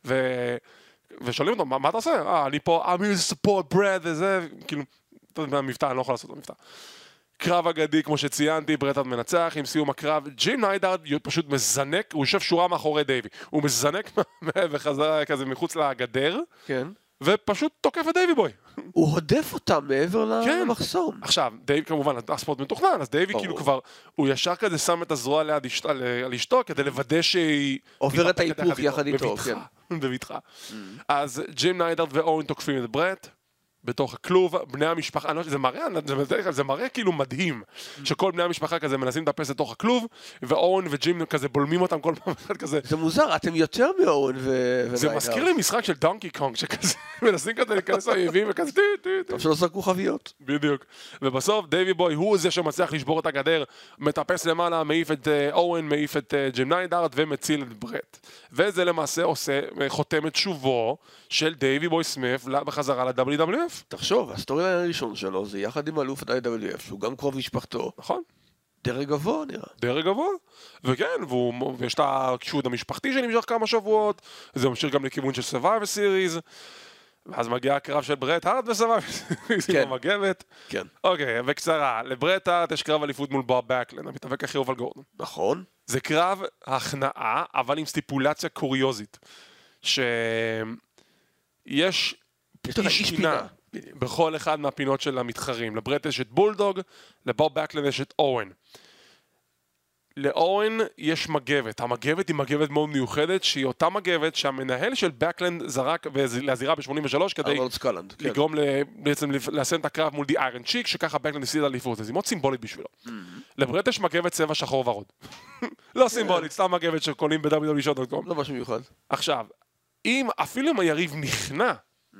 ושואלים אותו, מה אתה עושה? אני פה, I'm here to support Brad, וזה, כאילו, מבטא, אני לא יכול לעשות את המבטא. קרב אגדי, כמו שציינתי, ברט מנצח, עם סיום הקרב, ג'ים ניידארט פשוט מזנק, הוא יושב שורה מאחורי דייבי, הוא מזנק וחזר כזה מחוץ לגדר, כן. ופשוט תוקף את דייבי בוי. הוא הודף אותם מעבר למחסום. עכשיו, דייבי כמובן, הספורט מתוכנן, אז דייבי כאילו כבר, הוא ישר כזה שם את הזרוע על אשתו, כדי לוודא שהיא עוברת ההיפוך יחד איתו, כן. בבטחה. אז ג'ים ניידארט ואורן תוקפים את ברט, בתוך הכלוב, בני המשפחה, זה מראה כאילו מדהים, שכל בני המשפחה כזה מנסים לטפס לתוך הכלוב, ואורן וג'ים כזה בולמים אותם כל פעם אחד כזה. זה מוזר, אתם יותר מאורן וניידארט. זה מזכיר לי משחק של דונקי קונג, שכזה מנסים כזה להיכנס לאויבים וכזה טוב שלא זרקו חביות. בדיוק. ובסוף דייבי בוי הוא זה שמצליח לשבור את הגדר, מטפס למעלה, מעיף את אורן, מעיף את ג'ים ניידארט ומציל את ברט. וזה למעשה עושה חותמת שובו של דייבי בוי סמית בחזרה ל-WWF. תחשוב, הסטורי ליין הראשון שלו זה יחד עם אלוף ה-WWF, שהוא גם קרוב משפחתו. נכון. דרג גבוה נראה. דרג גבוה, וכן, ויש את הקישוד המשפחתי שנמשך כמה שבועות, זה ממשיך גם לכיוון של Survivor Series, ואז מגיע הקרב של ברט הארט ו-Survivor Series, עם המגבת. כן. אוקיי, בקצרה, לברט הארט יש קרב אליפות מול בוב בקלנד, המתאבק הכי אהוב על גורדון. נכון. זה קרב הכנעה, אבל עם סטיפולציה קוריוזית, שיש איש פינה בכל אחד מהפינות של המתחרים. לברט יש את בולדוג, לבוב בקלנד יש את אורן. לאורן יש מגבת. המגבת היא מגבת מאוד מיוחדת, שהיא אותה מגבת שהמנהל של בקלנד זרק להזירה ב-83 כדי לגרום בעצם לסיים את הקרב מול די איירן צ'יק, שככה בקלנד הפסיד אליפות. אז היא מאוד סימבולית בשבילו. לברט יש מגבת צבע שחור ורוד. לא סימבולית, סתם מגבת שקונים ב-www.com. לא משהו מיוחד. עכשיו, אפילו אם היריב נכנע,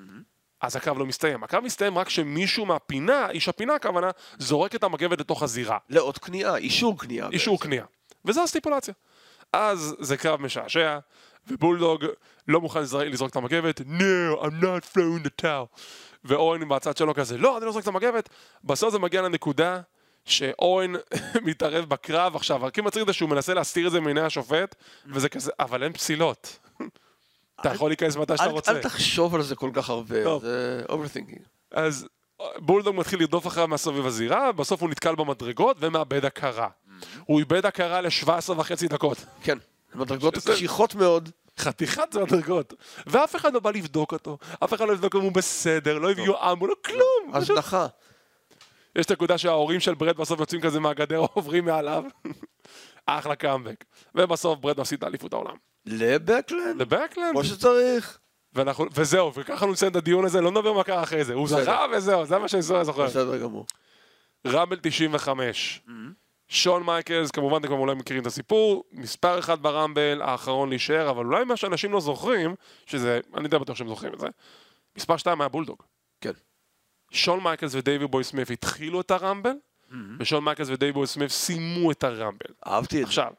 אז הקרב לא מסתיים. הקרב מסתיים רק שמישהו מהפינה, איש הפינה הכוונה, זורק את המגבת לתוך הזירה. לעוד קנייה, אישור קנייה. אישור קנייה. וזו הסטיפולציה. אז זה קרב משעשע, ובולדוג לא מוכן לזרוק את המגבת, No, I'm not throwing the towel. ואורן בצד שלו כזה, לא, אני לא זורק את המגבת. בסוף זה מגיע לנקודה שאורן מתערב בקרב. עכשיו, רק אם מצריך את זה שהוא מנסה להסתיר את זה מעיני השופט, וזה כזה, אבל אין פסילות. אתה יכול להיכנס מתי שאתה רוצה. אל תחשוב על זה כל כך הרבה, זה overthinking. אז בולדוג מתחיל לרדוף אחריו מהסובב הזירה, בסוף הוא נתקל במדרגות ומאבד הכרה. הוא איבד הכרה ל-17.5 דקות. כן, מדרגות קשיחות מאוד. חתיכת מדרגות. ואף אחד לא בא לבדוק אותו, אף אחד לא לבדוק אם הוא בסדר, לא הביאו אמבו, לא כלום. הזנחה. יש את הנקודה שההורים של ברט בסוף יוצאים כזה מהגדר, עוברים מעליו. אחלה קאמבק. ובסוף ברט מפסיד את אליפות העולם. לבקלנד? לבקלנד. כמו שצריך. וזהו, וככה נסיים את הדיון הזה, לא נדבר מה קרה אחרי זה. הוא זכה וזהו, זה מה שאני זוכר. בסדר גמור. רמבל 95. שון מייקלס, כמובן אתם כבר אולי מכירים את הסיפור, מספר 1 ברמבל, האחרון להישאר, אבל אולי מה שאנשים לא זוכרים, שזה, אני די בטוח שהם זוכרים את זה, מספר 2 היה בולדוג. כן. שון מייקלס ודייבי בוי סמית התחילו את הרמבל, ושון מייקלס ודייבי בוי סמית סיימו את הרמבל. אהבתי את זה. עכשיו,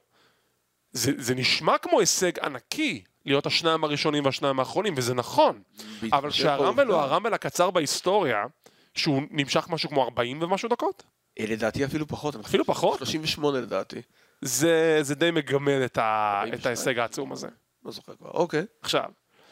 זה נשמע כמו הישג ענקי, להיות השניים הראשונים והשניים האחרונים, וזה נכון. אבל שהרמבל הוא הרמבל הקצר בהיסטוריה, שהוא נמשך משהו כמו 40 ומשהו דקות? לדעתי אפילו פחות. אפילו פחות? 38 לדעתי. זה די מגמד את ההישג העצום הזה. לא זוכר כבר, אוקיי. עכשיו,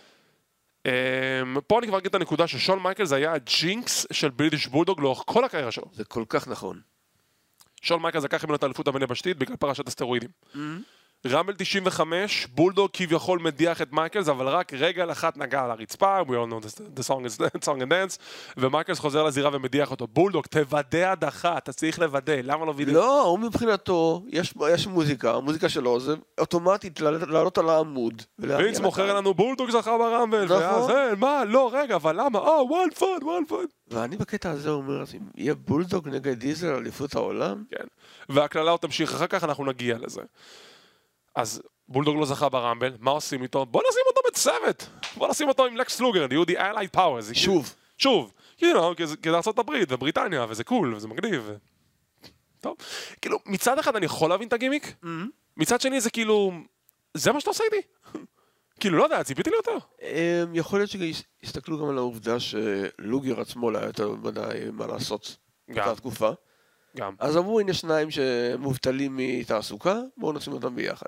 פה אני כבר אגיד את הנקודה ששון מייקלס היה הג'ינקס של בריטיש בולדוג לאורך כל הקריירה שלו. זה כל כך נכון. שון מייקלס לקח ממנו את האליפות המניה בשתית בגלל פרשת הסטרואידים. רמבל 95, בולדוג כביכול מדיח את מייקלס, אבל רק רגל אחת נגע על הרצפה, we all know the song and dance, ומייקלס חוזר לזירה ומדיח אותו. בולדוג, תוודא הדחה, אתה צריך לוודא, למה לא וידא? לא, הוא מבחינתו, יש מוזיקה, המוזיקה שלו זה אוטומטית לעלות על העמוד. וינס מוכר לנו בולדוג זכה ברמבל, ואז מה, לא, רגע, אבל למה? one fun. ואני בקטע הזה אומר, אם יהיה בולדוג נגד דיזל על אליפות העולם? כן, והכללה עוד תמשיך, אחר כך אנחנו נגיע לזה. אז בולדוג לא זכה ברמבל, מה עושים איתו? בוא נשים אותו בצוות! בוא נשים אותו עם לקס לוגר, יהודי Allied Powers. שוב, כי זה ארצות הברית ובריטניה, וזה קול, וזה מגניב. טוב, כאילו, מצד אחד אני יכול להבין את הגימיק, מצד שני זה כאילו, זה מה שאתה עושה איתי? כאילו, לא יודע, ציפיתי לי יותר. יכול להיות שיסתכלו גם על העובדה שלוגר עצמו לא היה יותר מדי מה לעשות באותה תקופה. גם. אז אמרו, הנה שניים שמובטלים מתעסוקה, בואו נשים אותם ביחד.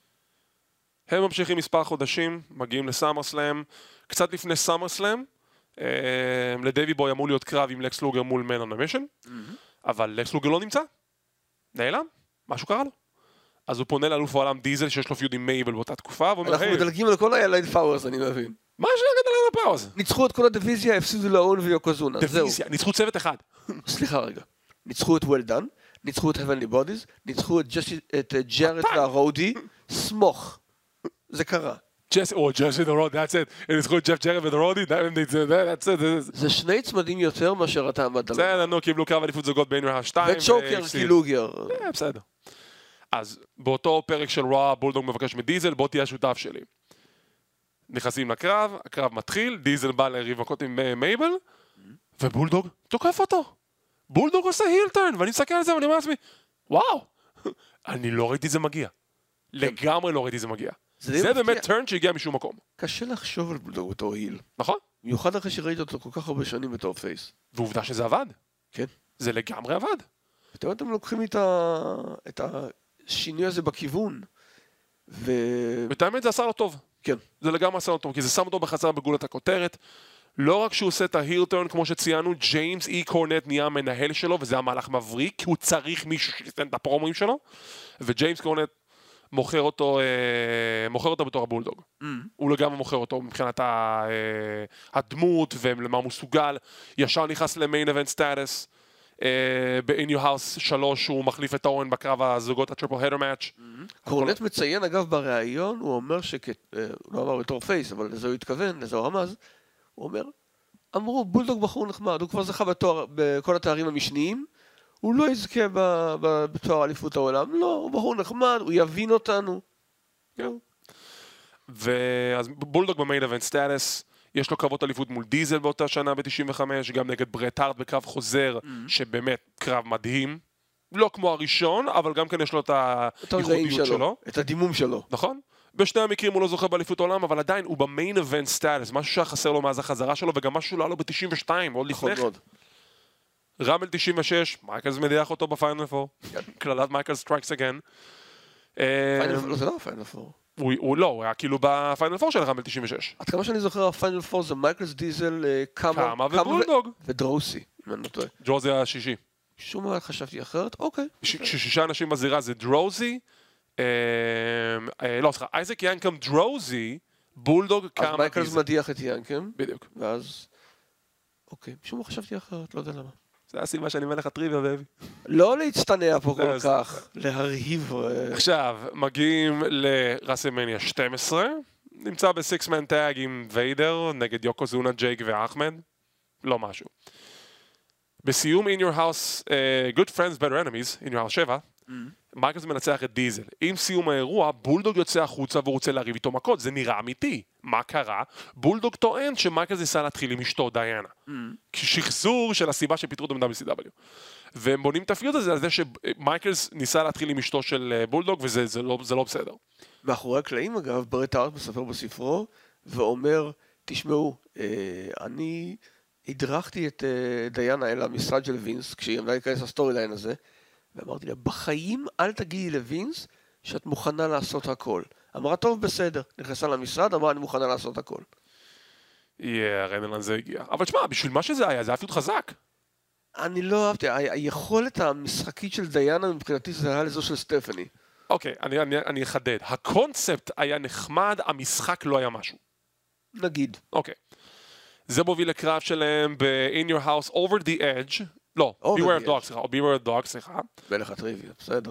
הם ממשיכים מספר חודשים, מגיעים לסאמרסלאם, קצת לפני סאמרסלאם, לדייבי בוי אמור להיות קרב עם לקס לוגר מול מן on a mission, אבל לקס לוגר לא נמצא, נעלם, משהו קרה לו. אז הוא פונה לאלוף העולם דיזל שיש לו פיוד עם מייבל באותה תקופה, אנחנו מדלגים על כל ה-Allied Powers, אני מבין. מה יש להגיד על ה-Allied Powers? ניצחו את כל הדיוויזיה, הפסידו לאון ויוקוזונה, זהו. דיוויזיה, ניצחו צוות אחד. סליחה רגע. ניצחו את Well Done, ניצחו את Heavenly Bodies, ניצחו את ג'רד והרודי, סמוך. זה קרה. ג'סי ורוד, that's it. ניצחו את ג'ף ג'רד והרודי, that's it. זה שני צמדים יותר מאשר אתה עמדת. בסדר, נו, קיבלו קרב אליפות זוגות בין השתיים. וצ'וקר כלוגר. בסדר. אז באותו פרק של רוע, בולדוג מבקש מדיזל, בוא תהיה השותף שלי. נכנסים לקרב, הקרב מתחיל, דיזל בא לריב מכות עם מייבל, ובולדוג תוקף אותו. בולדוג עושה הילטרן, ואני מסתכל על זה ואני אומר לעצמי, וואו, אני לא ראיתי זה מגיע. לגמרי לא ראיתי זה מגיע. זה באמת טרן שהגיע משום מקום. קשה לחשוב על בולדוג בתור היל. נכון. במיוחד אחרי שראיתי אותו כל כך הרבה שנים בתור פייס. ועובדה שזה עבד. כן. זה לגמרי עבד. אתם לוקחים את השינוי הזה בכיוון. ותאמת זה עשה לו טוב. כן. זה לגמרי עשה לו טוב, כי זה שם אותו בחזרה בגולת הכותרת. לא רק שהוא עושה את ההילטרן, כמו שציינו, ג'יימס אי קורנט נהיה המנהל שלו, וזה המהלך מבריק, כי הוא צריך מישהו שיסתן את הפרומואים שלו, וג'יימס קורנט מוכר אותו בתור הבולדוג. הוא לגמרי מוכר אותו מבחינת הדמות, ולמה הוא מסוגל. ישר נכנס למיין אבנט סטטוס, ב-In Your House 3 הוא מחליף את אורן בקרב הזוגות הטריפל הדר מאץ'. קורנט מציין אגב בריאיון, הוא אומר הוא לא אמר בתור פייס, אבל לזה הוא התכוון, לזה הוא רמז, הוא אומר, אמרו בולדוג בחור נחמד, הוא כבר זכה בכל התארים המשניים, הוא לא יזכה בתואר אליפות העולם, לא, הוא בחור נחמד, הוא יבין אותנו. ואז בולדוג במיין אבנט סטטוס, יש לו קרבות אליפות מול דיזל באותה שנה ב-95, גם נגד ברט הארט בקרב חוזר, שבאמת קרב מדהים. לא כמו הראשון, אבל גם כן יש לו את הייחודיות שלו. את הדימום שלו. נכון? בשני המקרים הוא לא זוכה באליפות העולם, אבל עדיין הוא במיין אבנט סטטוס, משהו שהיה חסר לו מאז החזרה שלו, וגם משהו לא היה לו ב-92, עוד לפני כן. רמבל 96, מייקלס מדיח אותו בפיינל 4, כללת מייקלס סטרייקס אגן. זה לא הפיינל 4. הוא לא, הוא היה כאילו בפיינל 4 של רמבל 96. עד כמה שאני זוכר, הפיינל 4 זה מייקלס דיזל, קאמה ובולדוג. ודרוסי, אם אני לא טועה. דרוזי השישי. שום מה חשבתי אחרת, אוקיי. שישה אנשים בזירה זה דרוזי, לא, סליחה, אייזק ינקם דרוזי, בולדוג, קאמה. אז מייקלס מדיח את ינקם. בדיוק. ואז, אוקיי, שום מה חשבתי אחרת, לא יודע למה. זה הסיבה שאני מלך הטריוויה, באבי. לא להצטנע פה כל כך, להרהיב. עכשיו, מגיעים לרסלמניה 12, נמצא בסיקס-מן טאג עם ויידר, נגד יוקוזונה, ג'ייק ואחמד, לא משהו. בסיום In Your House, Good Friends, Better Enemies, In Your House 7, מייקלס מנצח את דיזל. עם סיום האירוע, בולדוג יוצא החוצה והוא רוצה להריב איתו מכות. זה נראה אמיתי. מה קרה? בולדוג טוען שמייקלס ניסה להתחיל עם אשתו דיינה. שחזור של הסיבה שפיטרו אותו מ-WCW. והם בונים את הפיוט הזה על זה שמייקלס ניסה להתחיל עם אשתו של בולדוג, וזה לא בסדר. מאחורי הקלעים, אגב, ברט הארט מספר בספרו, ואומר, תשמעו, אני הדרכתי את דיינה אל המשרד של וינס, כשהיא עמדה להיכנס לסטורי ליין הזה, ואמרתי לה, בחיים אל תגיעי לווינס שאת מוכנה לעשות הכל. אמרה, טוב, בסדר. נכנסה למשרד, אמרה, אני מוכנה לעשות הכל. רנלן זה הגיע. אבל תשמע, בשביל מה שזה היה, זה היה פיוט חזק. אני לא אהבתי, היכולת המשחקית של דיינה מבחינתי זה היה לזו של סטפני. אוקיי, אני אחדד. הקונספט היה נחמד, המשחק לא היה משהו. נגיד. אוקיי. זה מוביל לקרב שלהם ב-In Your House Over the Edge. לא, Beware of Dog, סליחה. או Beware of Dog, סליחה. מלך הטריוויה, בסדר.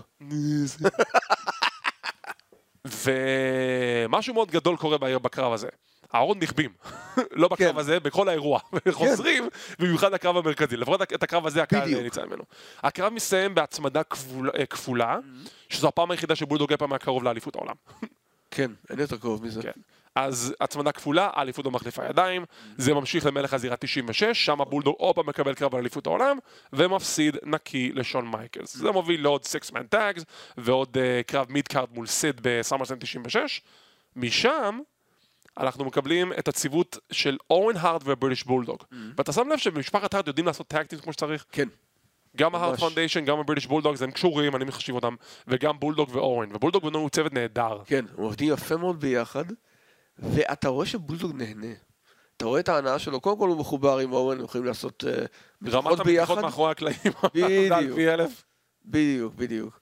ומשהו מאוד גדול קורה בקרב הזה. הארון נכבים. לא בקרב הזה, בכל האירוע. חוזרים, במיוחד הקרב המרכזי. לפחות את הקרב הזה הקהל ניצא ממנו. הקרב מסיים בהצמדה כפולה, שזו הפעם היחידה שבולדוג אי פעם היה קרוב לאליפות העולם. כן, אין יותר קרוב מזה. כן. אז הצמדה כפולה, האליפות לא מחליפה ידיים, זה ממשיך למלך הזירה 96, שם בולדוג עוד פעם מקבל קרב על אליפות העולם, ומפסיד נקי לשון מייקלס. זה מוביל לעוד 6-man tags, ועוד קרב מיד-קארד מול סיד בסאמרסלאם 96. משם אנחנו מקבלים את הציוות של אורן הארד ובריטיש בולדוג. ואתה שם לב שבמשפחת הארד יודעים לעשות טאגטים כמו שצריך? כן. גם ההארד פאונדיישן, גם הבריטיש בולדוג, הם קשורים, אני מחשיב אותם, וגם בולדוג ואורן. ובולדוג בנו הוא צוות נהדר. כן, הם עובדים יפה מאוד ביחד, ואתה רואה שבולדוג נהנה. אתה רואה את ההנאה שלו, קודם כל הוא מחובר עם אורן, הם יכולים לעשות רמת המתיחות מאחורי הקלעים. בדיוק.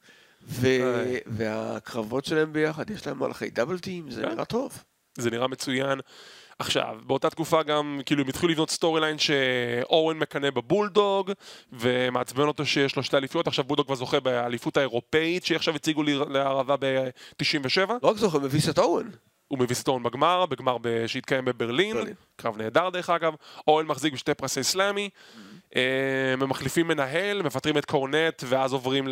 והקרבות שלהם ביחד, יש להם מלכי דאבל טים, זה נראה טוב. זה נראה מצוין. עכשיו, באותה תקופה גם, כאילו, הם התחילו לבנות סטורי ליין שאורן מקנה בבולדוג, ומעצבן אותו שיש לו 2 אליפויות, עכשיו בולדוג כבר זוכה באליפות האירופאית, שעכשיו הציגו לערבה ב-97. לא רק זוכה, מביס את אורן. הוא מביס את אורן בגמר שהתקיים בברלין, קרב נהדר דרך אגב, אורן מחזיק בשתי פרסי סלאמי, הם מחליפים מנהל, מפטרים את קורנט, ואז עוברים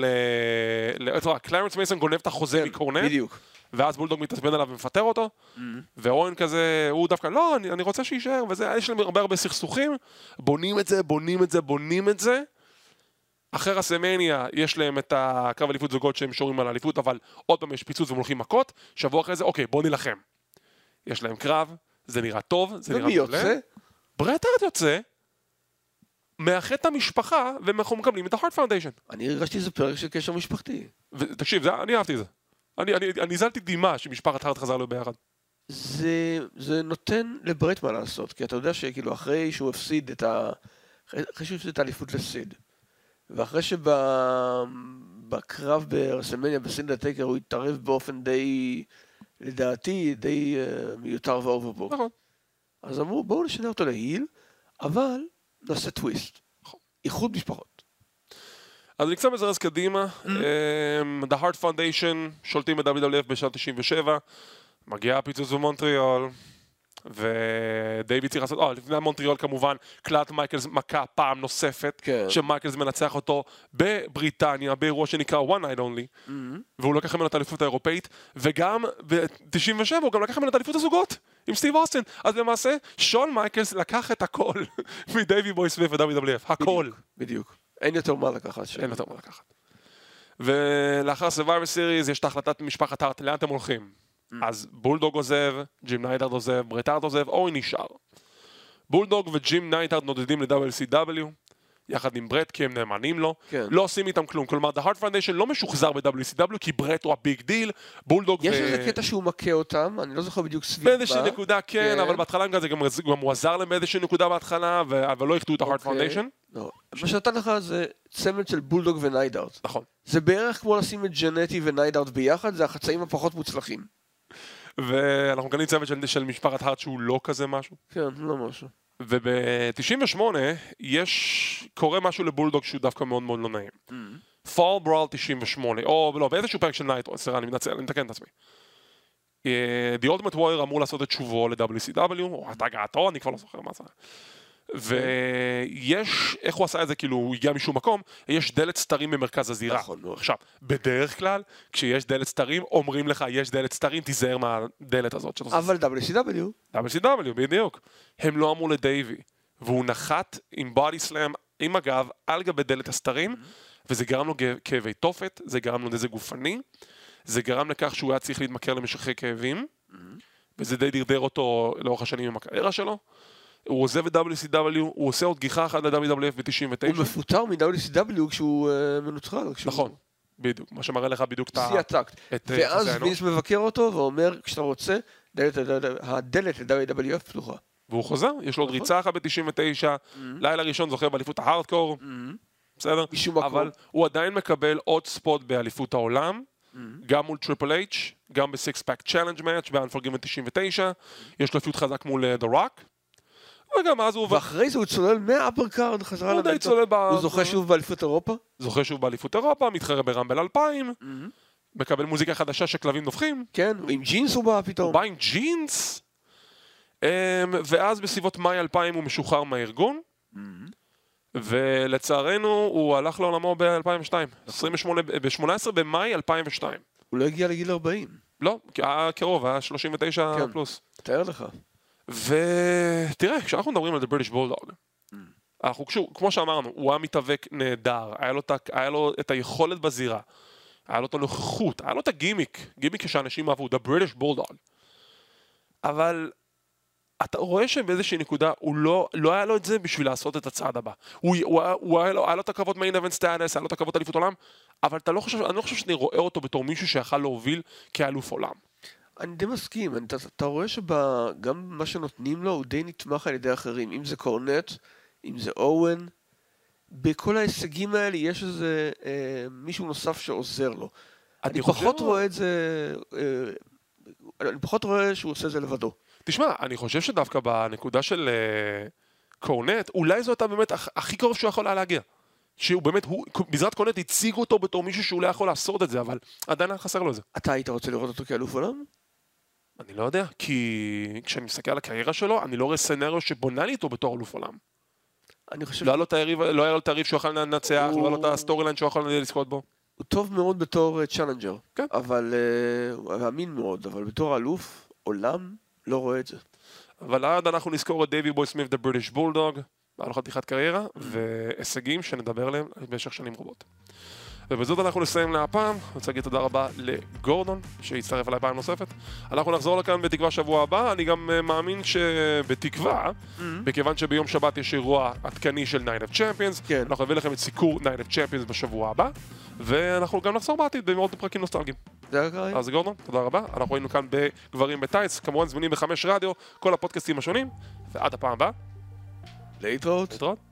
קלרנס מייסון גונב את החוזה מקורנט, בדיוק. ואז בולדוג מתעצבן עליו ומפטר אותו, ואורן כזה, הוא דווקא, לא, אני רוצה שישאר, וזה, יש להם הרבה סכסוכים, בונים את זה, אחרי רסלמניה יש להם את הקרב אליפות זוגות שהם שורים על האליפות, אבל עוד פעם יש פיצוץ והם הולכים מכות, שבוע אחרי זה, אוקיי, בוא נלחם. יש להם קרב, זה נראה טוב, זה נראה מעולה. ומי יוצא? ברט הארט יוצא, מאחד את המשפחה, ואנחנו מקבלים את ההארט פאונדיישן. אני הרגשתי איזה פרק של קשר משפחתי. תקשיב, אני אהבתי את זה. אני זלתי דמעה שמשפחת הארט חזר לו ביחד. זה נותן לברט מה לעשות, כי אתה יודע שכאילו אחרי שהוא הפסיד את האליפות לסיד, ואחרי שבקרב ברסלמניה בסינדה טייקר הוא התערב באופן די, לדעתי, די מיותר ואוברבוק. נכון. אז אמרו, בואו נשנה אותו להיל, אבל נעשה טוויסט. איחוד משפחות. אז אני קצת מזרז קדימה. The Heart Foundation שולטים ב-WWF בשנת 97, מגיע הפיצוץ במונטריאול, ודייוויד צריך לעשות, לפני מונטריאול כמובן, קלט מייקלס מכה פעם נוספת, שמייקלס מנצח אותו בבריטניה, באירוע שנקרא One Night Only, והוא לקח ממנו את האליפות האירופאית, וגם ב-97 הוא גם לקח ממנו את האליפות הזוגות, עם סטיב אוסטין. אז למעשה, שון מייקלס לקח את הכל מדייווי בוי סמית' ו-WWF, הכל. בדיוק. אין יותר מה לקחת. אין יותר מה לקחת. ולאחר Survivor Series יש את החלטת משפחת הארט, לאן אתם הולכים? אז בולדוג עוזב, ג'ים נייטארד עוזב, ברט הארט עוזב, אורן נשאר. בולדוג וג'ים נייטארד נודדים ל-WCW, יחד עם ברט, כי הם נאמנים לו, לא עושים איתם כלום. כלומר, The Heart Foundation לא משוחזר ב-WCW, כי ברט הוא הביג דיל, בולדוג יש איזה קטע שהוא מכה אותם, אני לא זוכר בדיוק סביב מה. באיזושהי נקודה, כן, אבל בהתחלה גם הוא עזר להם באיזושהי נקודה בהתחלה, אבל לא החטאו את ה-Heart Foundation. מה שנתן לך זה צמד של בולדוג ונייטארד. נכון. זה בערך כמו לשים את ג'נטי ונייטארד ביחד, זה החצאים הפחות מוצלחים. ואנחנו קנים צוות של משפחת הארט שהוא לא כזה משהו. כן, לא משהו. וב-98 קורה משהו לבולדוג שהוא דווקא מאוד מאוד לא נעים. Fall Brawl 98, או לא, באיזשהו פרק של נייטרו, סליחה, אני מתקן את עצמי. The Ultimate Warrior אמור לעשות את שובו ל-WCW, או את הגעתו, אני כבר לא זוכר מה זה. ויש, איך הוא עשה את זה, כאילו הוא הגיע משום מקום, יש דלת סתרים במרכז הזירה. עכשיו, בדרך כלל, כשיש דלת סתרים, אומרים לך, יש דלת סתרים, תיזהר מהדלת הזאת. אבל WCW, בדיוק. הם לא אמרו לדייבי, והוא נחת עם בודי סלאם, עם הגב, על גבי דלת הסתרים, וזה גרם לו כאבי תופת, זה גרם לו נזק גופני, זה גרם לכך שהוא היה צריך להתמכר למשככי כאבים, וזה די דרדר אותו לאורך השנים עם הקריירה שלו. הוא עוזב את WCW, הוא עושה עוד גיחה אחת ל-WWF ב-99. הוא מפוטר מ-WCW כשהוא מנוטרל. נכון, בדיוק, מה שמראה לך בדיוק את ואז וינס מבקר אותו ואומר, כשאתה רוצה, הדלת ל-WWF פתוחה. והוא חוזר, יש לו עוד ריצה אחת ב-99, לילה ראשון זוכר באליפות ההארדקור, בסדר? אבל הוא עדיין מקבל עוד ספוט באליפות העולם, גם מול טריפל אייץ', גם בסיקס פאק צ'אלנג' מאץ' ב-Unforgiven 99, יש לו פיוט חזק מול The Rock, וגם אז הוא... ואחרי זה הוא צולל מהאפרקארד חזרה הוא די צולל הוא זוכה שוב באליפות אירופה? זוכה שוב באליפות אירופה, מתחרה ברמבל 2000, מקבל מוזיקה חדשה שכלבים נובחים. כן, עם ג'ינס הוא בא פתאום. הוא בא עם ג'ינס, ואז בסביבות מאי 2000 הוא משוחרר מהארגון, ולצערנו הוא הלך לעולמו ב-2002, ב-18 במאי 2002. הוא לא הגיע לגיל 40. לא, היה קרוב, היה 39 פלוס. תאר לך. ותראה, כשאנחנו מדברים על The British Bulldog, אנחנו, כמו שאמרנו, הוא היה מתאבק נהדר, היה לו את היכולת בזירה, היה לו את הנוכחות, היה לו את הגימיק שאנשים אהבו, The British Bulldog. אבל אתה רואה שבאיזושהי נקודה, הוא לא היה לו את זה בשביל לעשות את הצעד הבא. היה לו את הכבוד מיין אבנט סטאטס, היה לו את הכבוד אליפות עולם, אבל אני לא חושב שאני רואה אותו בתור מישהו שיכל להוביל כאלוף עולם. אני די מסכים, אתה רואה שגם מה שנותנים לו הוא די נתמך על ידי אחרים, אם זה קורנט, אם זה אוון, בכל ההישגים האלה יש איזה מישהו נוסף שעוזר לו. אני פחות רואה את זה, אני פחות רואה שהוא עושה את זה לבדו. תשמע, אני חושב שדווקא בנקודה של קורנט, אולי זו הייתה באמת הכי קרוב שהוא יכול היה להגיע. שהוא באמת, בעזרת קורנט הציג אותו בתור מישהו שהוא לא יכול לעשות את זה, אבל עדיין היה חסר לו את זה. אתה היית רוצה לראות אותו כאלוף עולם? אני לא יודע, כי כשאני מסתכל על הקריירה שלו, אני לא רואה סנריו שבונה לי איתו בתור אלוף עולם. אני חושב... לא היה לו את היריב שהוא יכול לנצח, לא היה לו את הסטורי ליין שהוא יכול לזכות בו. הוא טוב מאוד בתור צ'אלנג'ר, אבל הוא אמין מאוד, אבל בתור אלוף עולם לא רואה את זה. אבל עד אנחנו נזכור את דייבי בוי סמית, The British Bulldog, היה לו חתיכת קריירה, והישגים שנדבר עליהם במשך שנים רבות. ובזאת אנחנו נסיים להפעם. אני רוצה להגיד תודה רבה לגורדון שהצטרף אליי פעם נוספת. אנחנו נחזור לכאן בתקווה שבוע הבא. אני גם מאמין שבתקווה, בכיוון שביום שבת יש אירוע עדכני של Night of Champions, אנחנו נביא לכם את סיקור Night of Champions בשבוע הבא, ואנחנו גם נחזור בעתיד במאות פרקים נוסטלגיים. אז גורדון, תודה רבה. אנחנו היינו כאן בגברים בטייץ, כמובן זמינים ב5 רדיו, כל הפודקאסטים השונים, ועד הפעם הבאה. להתראות.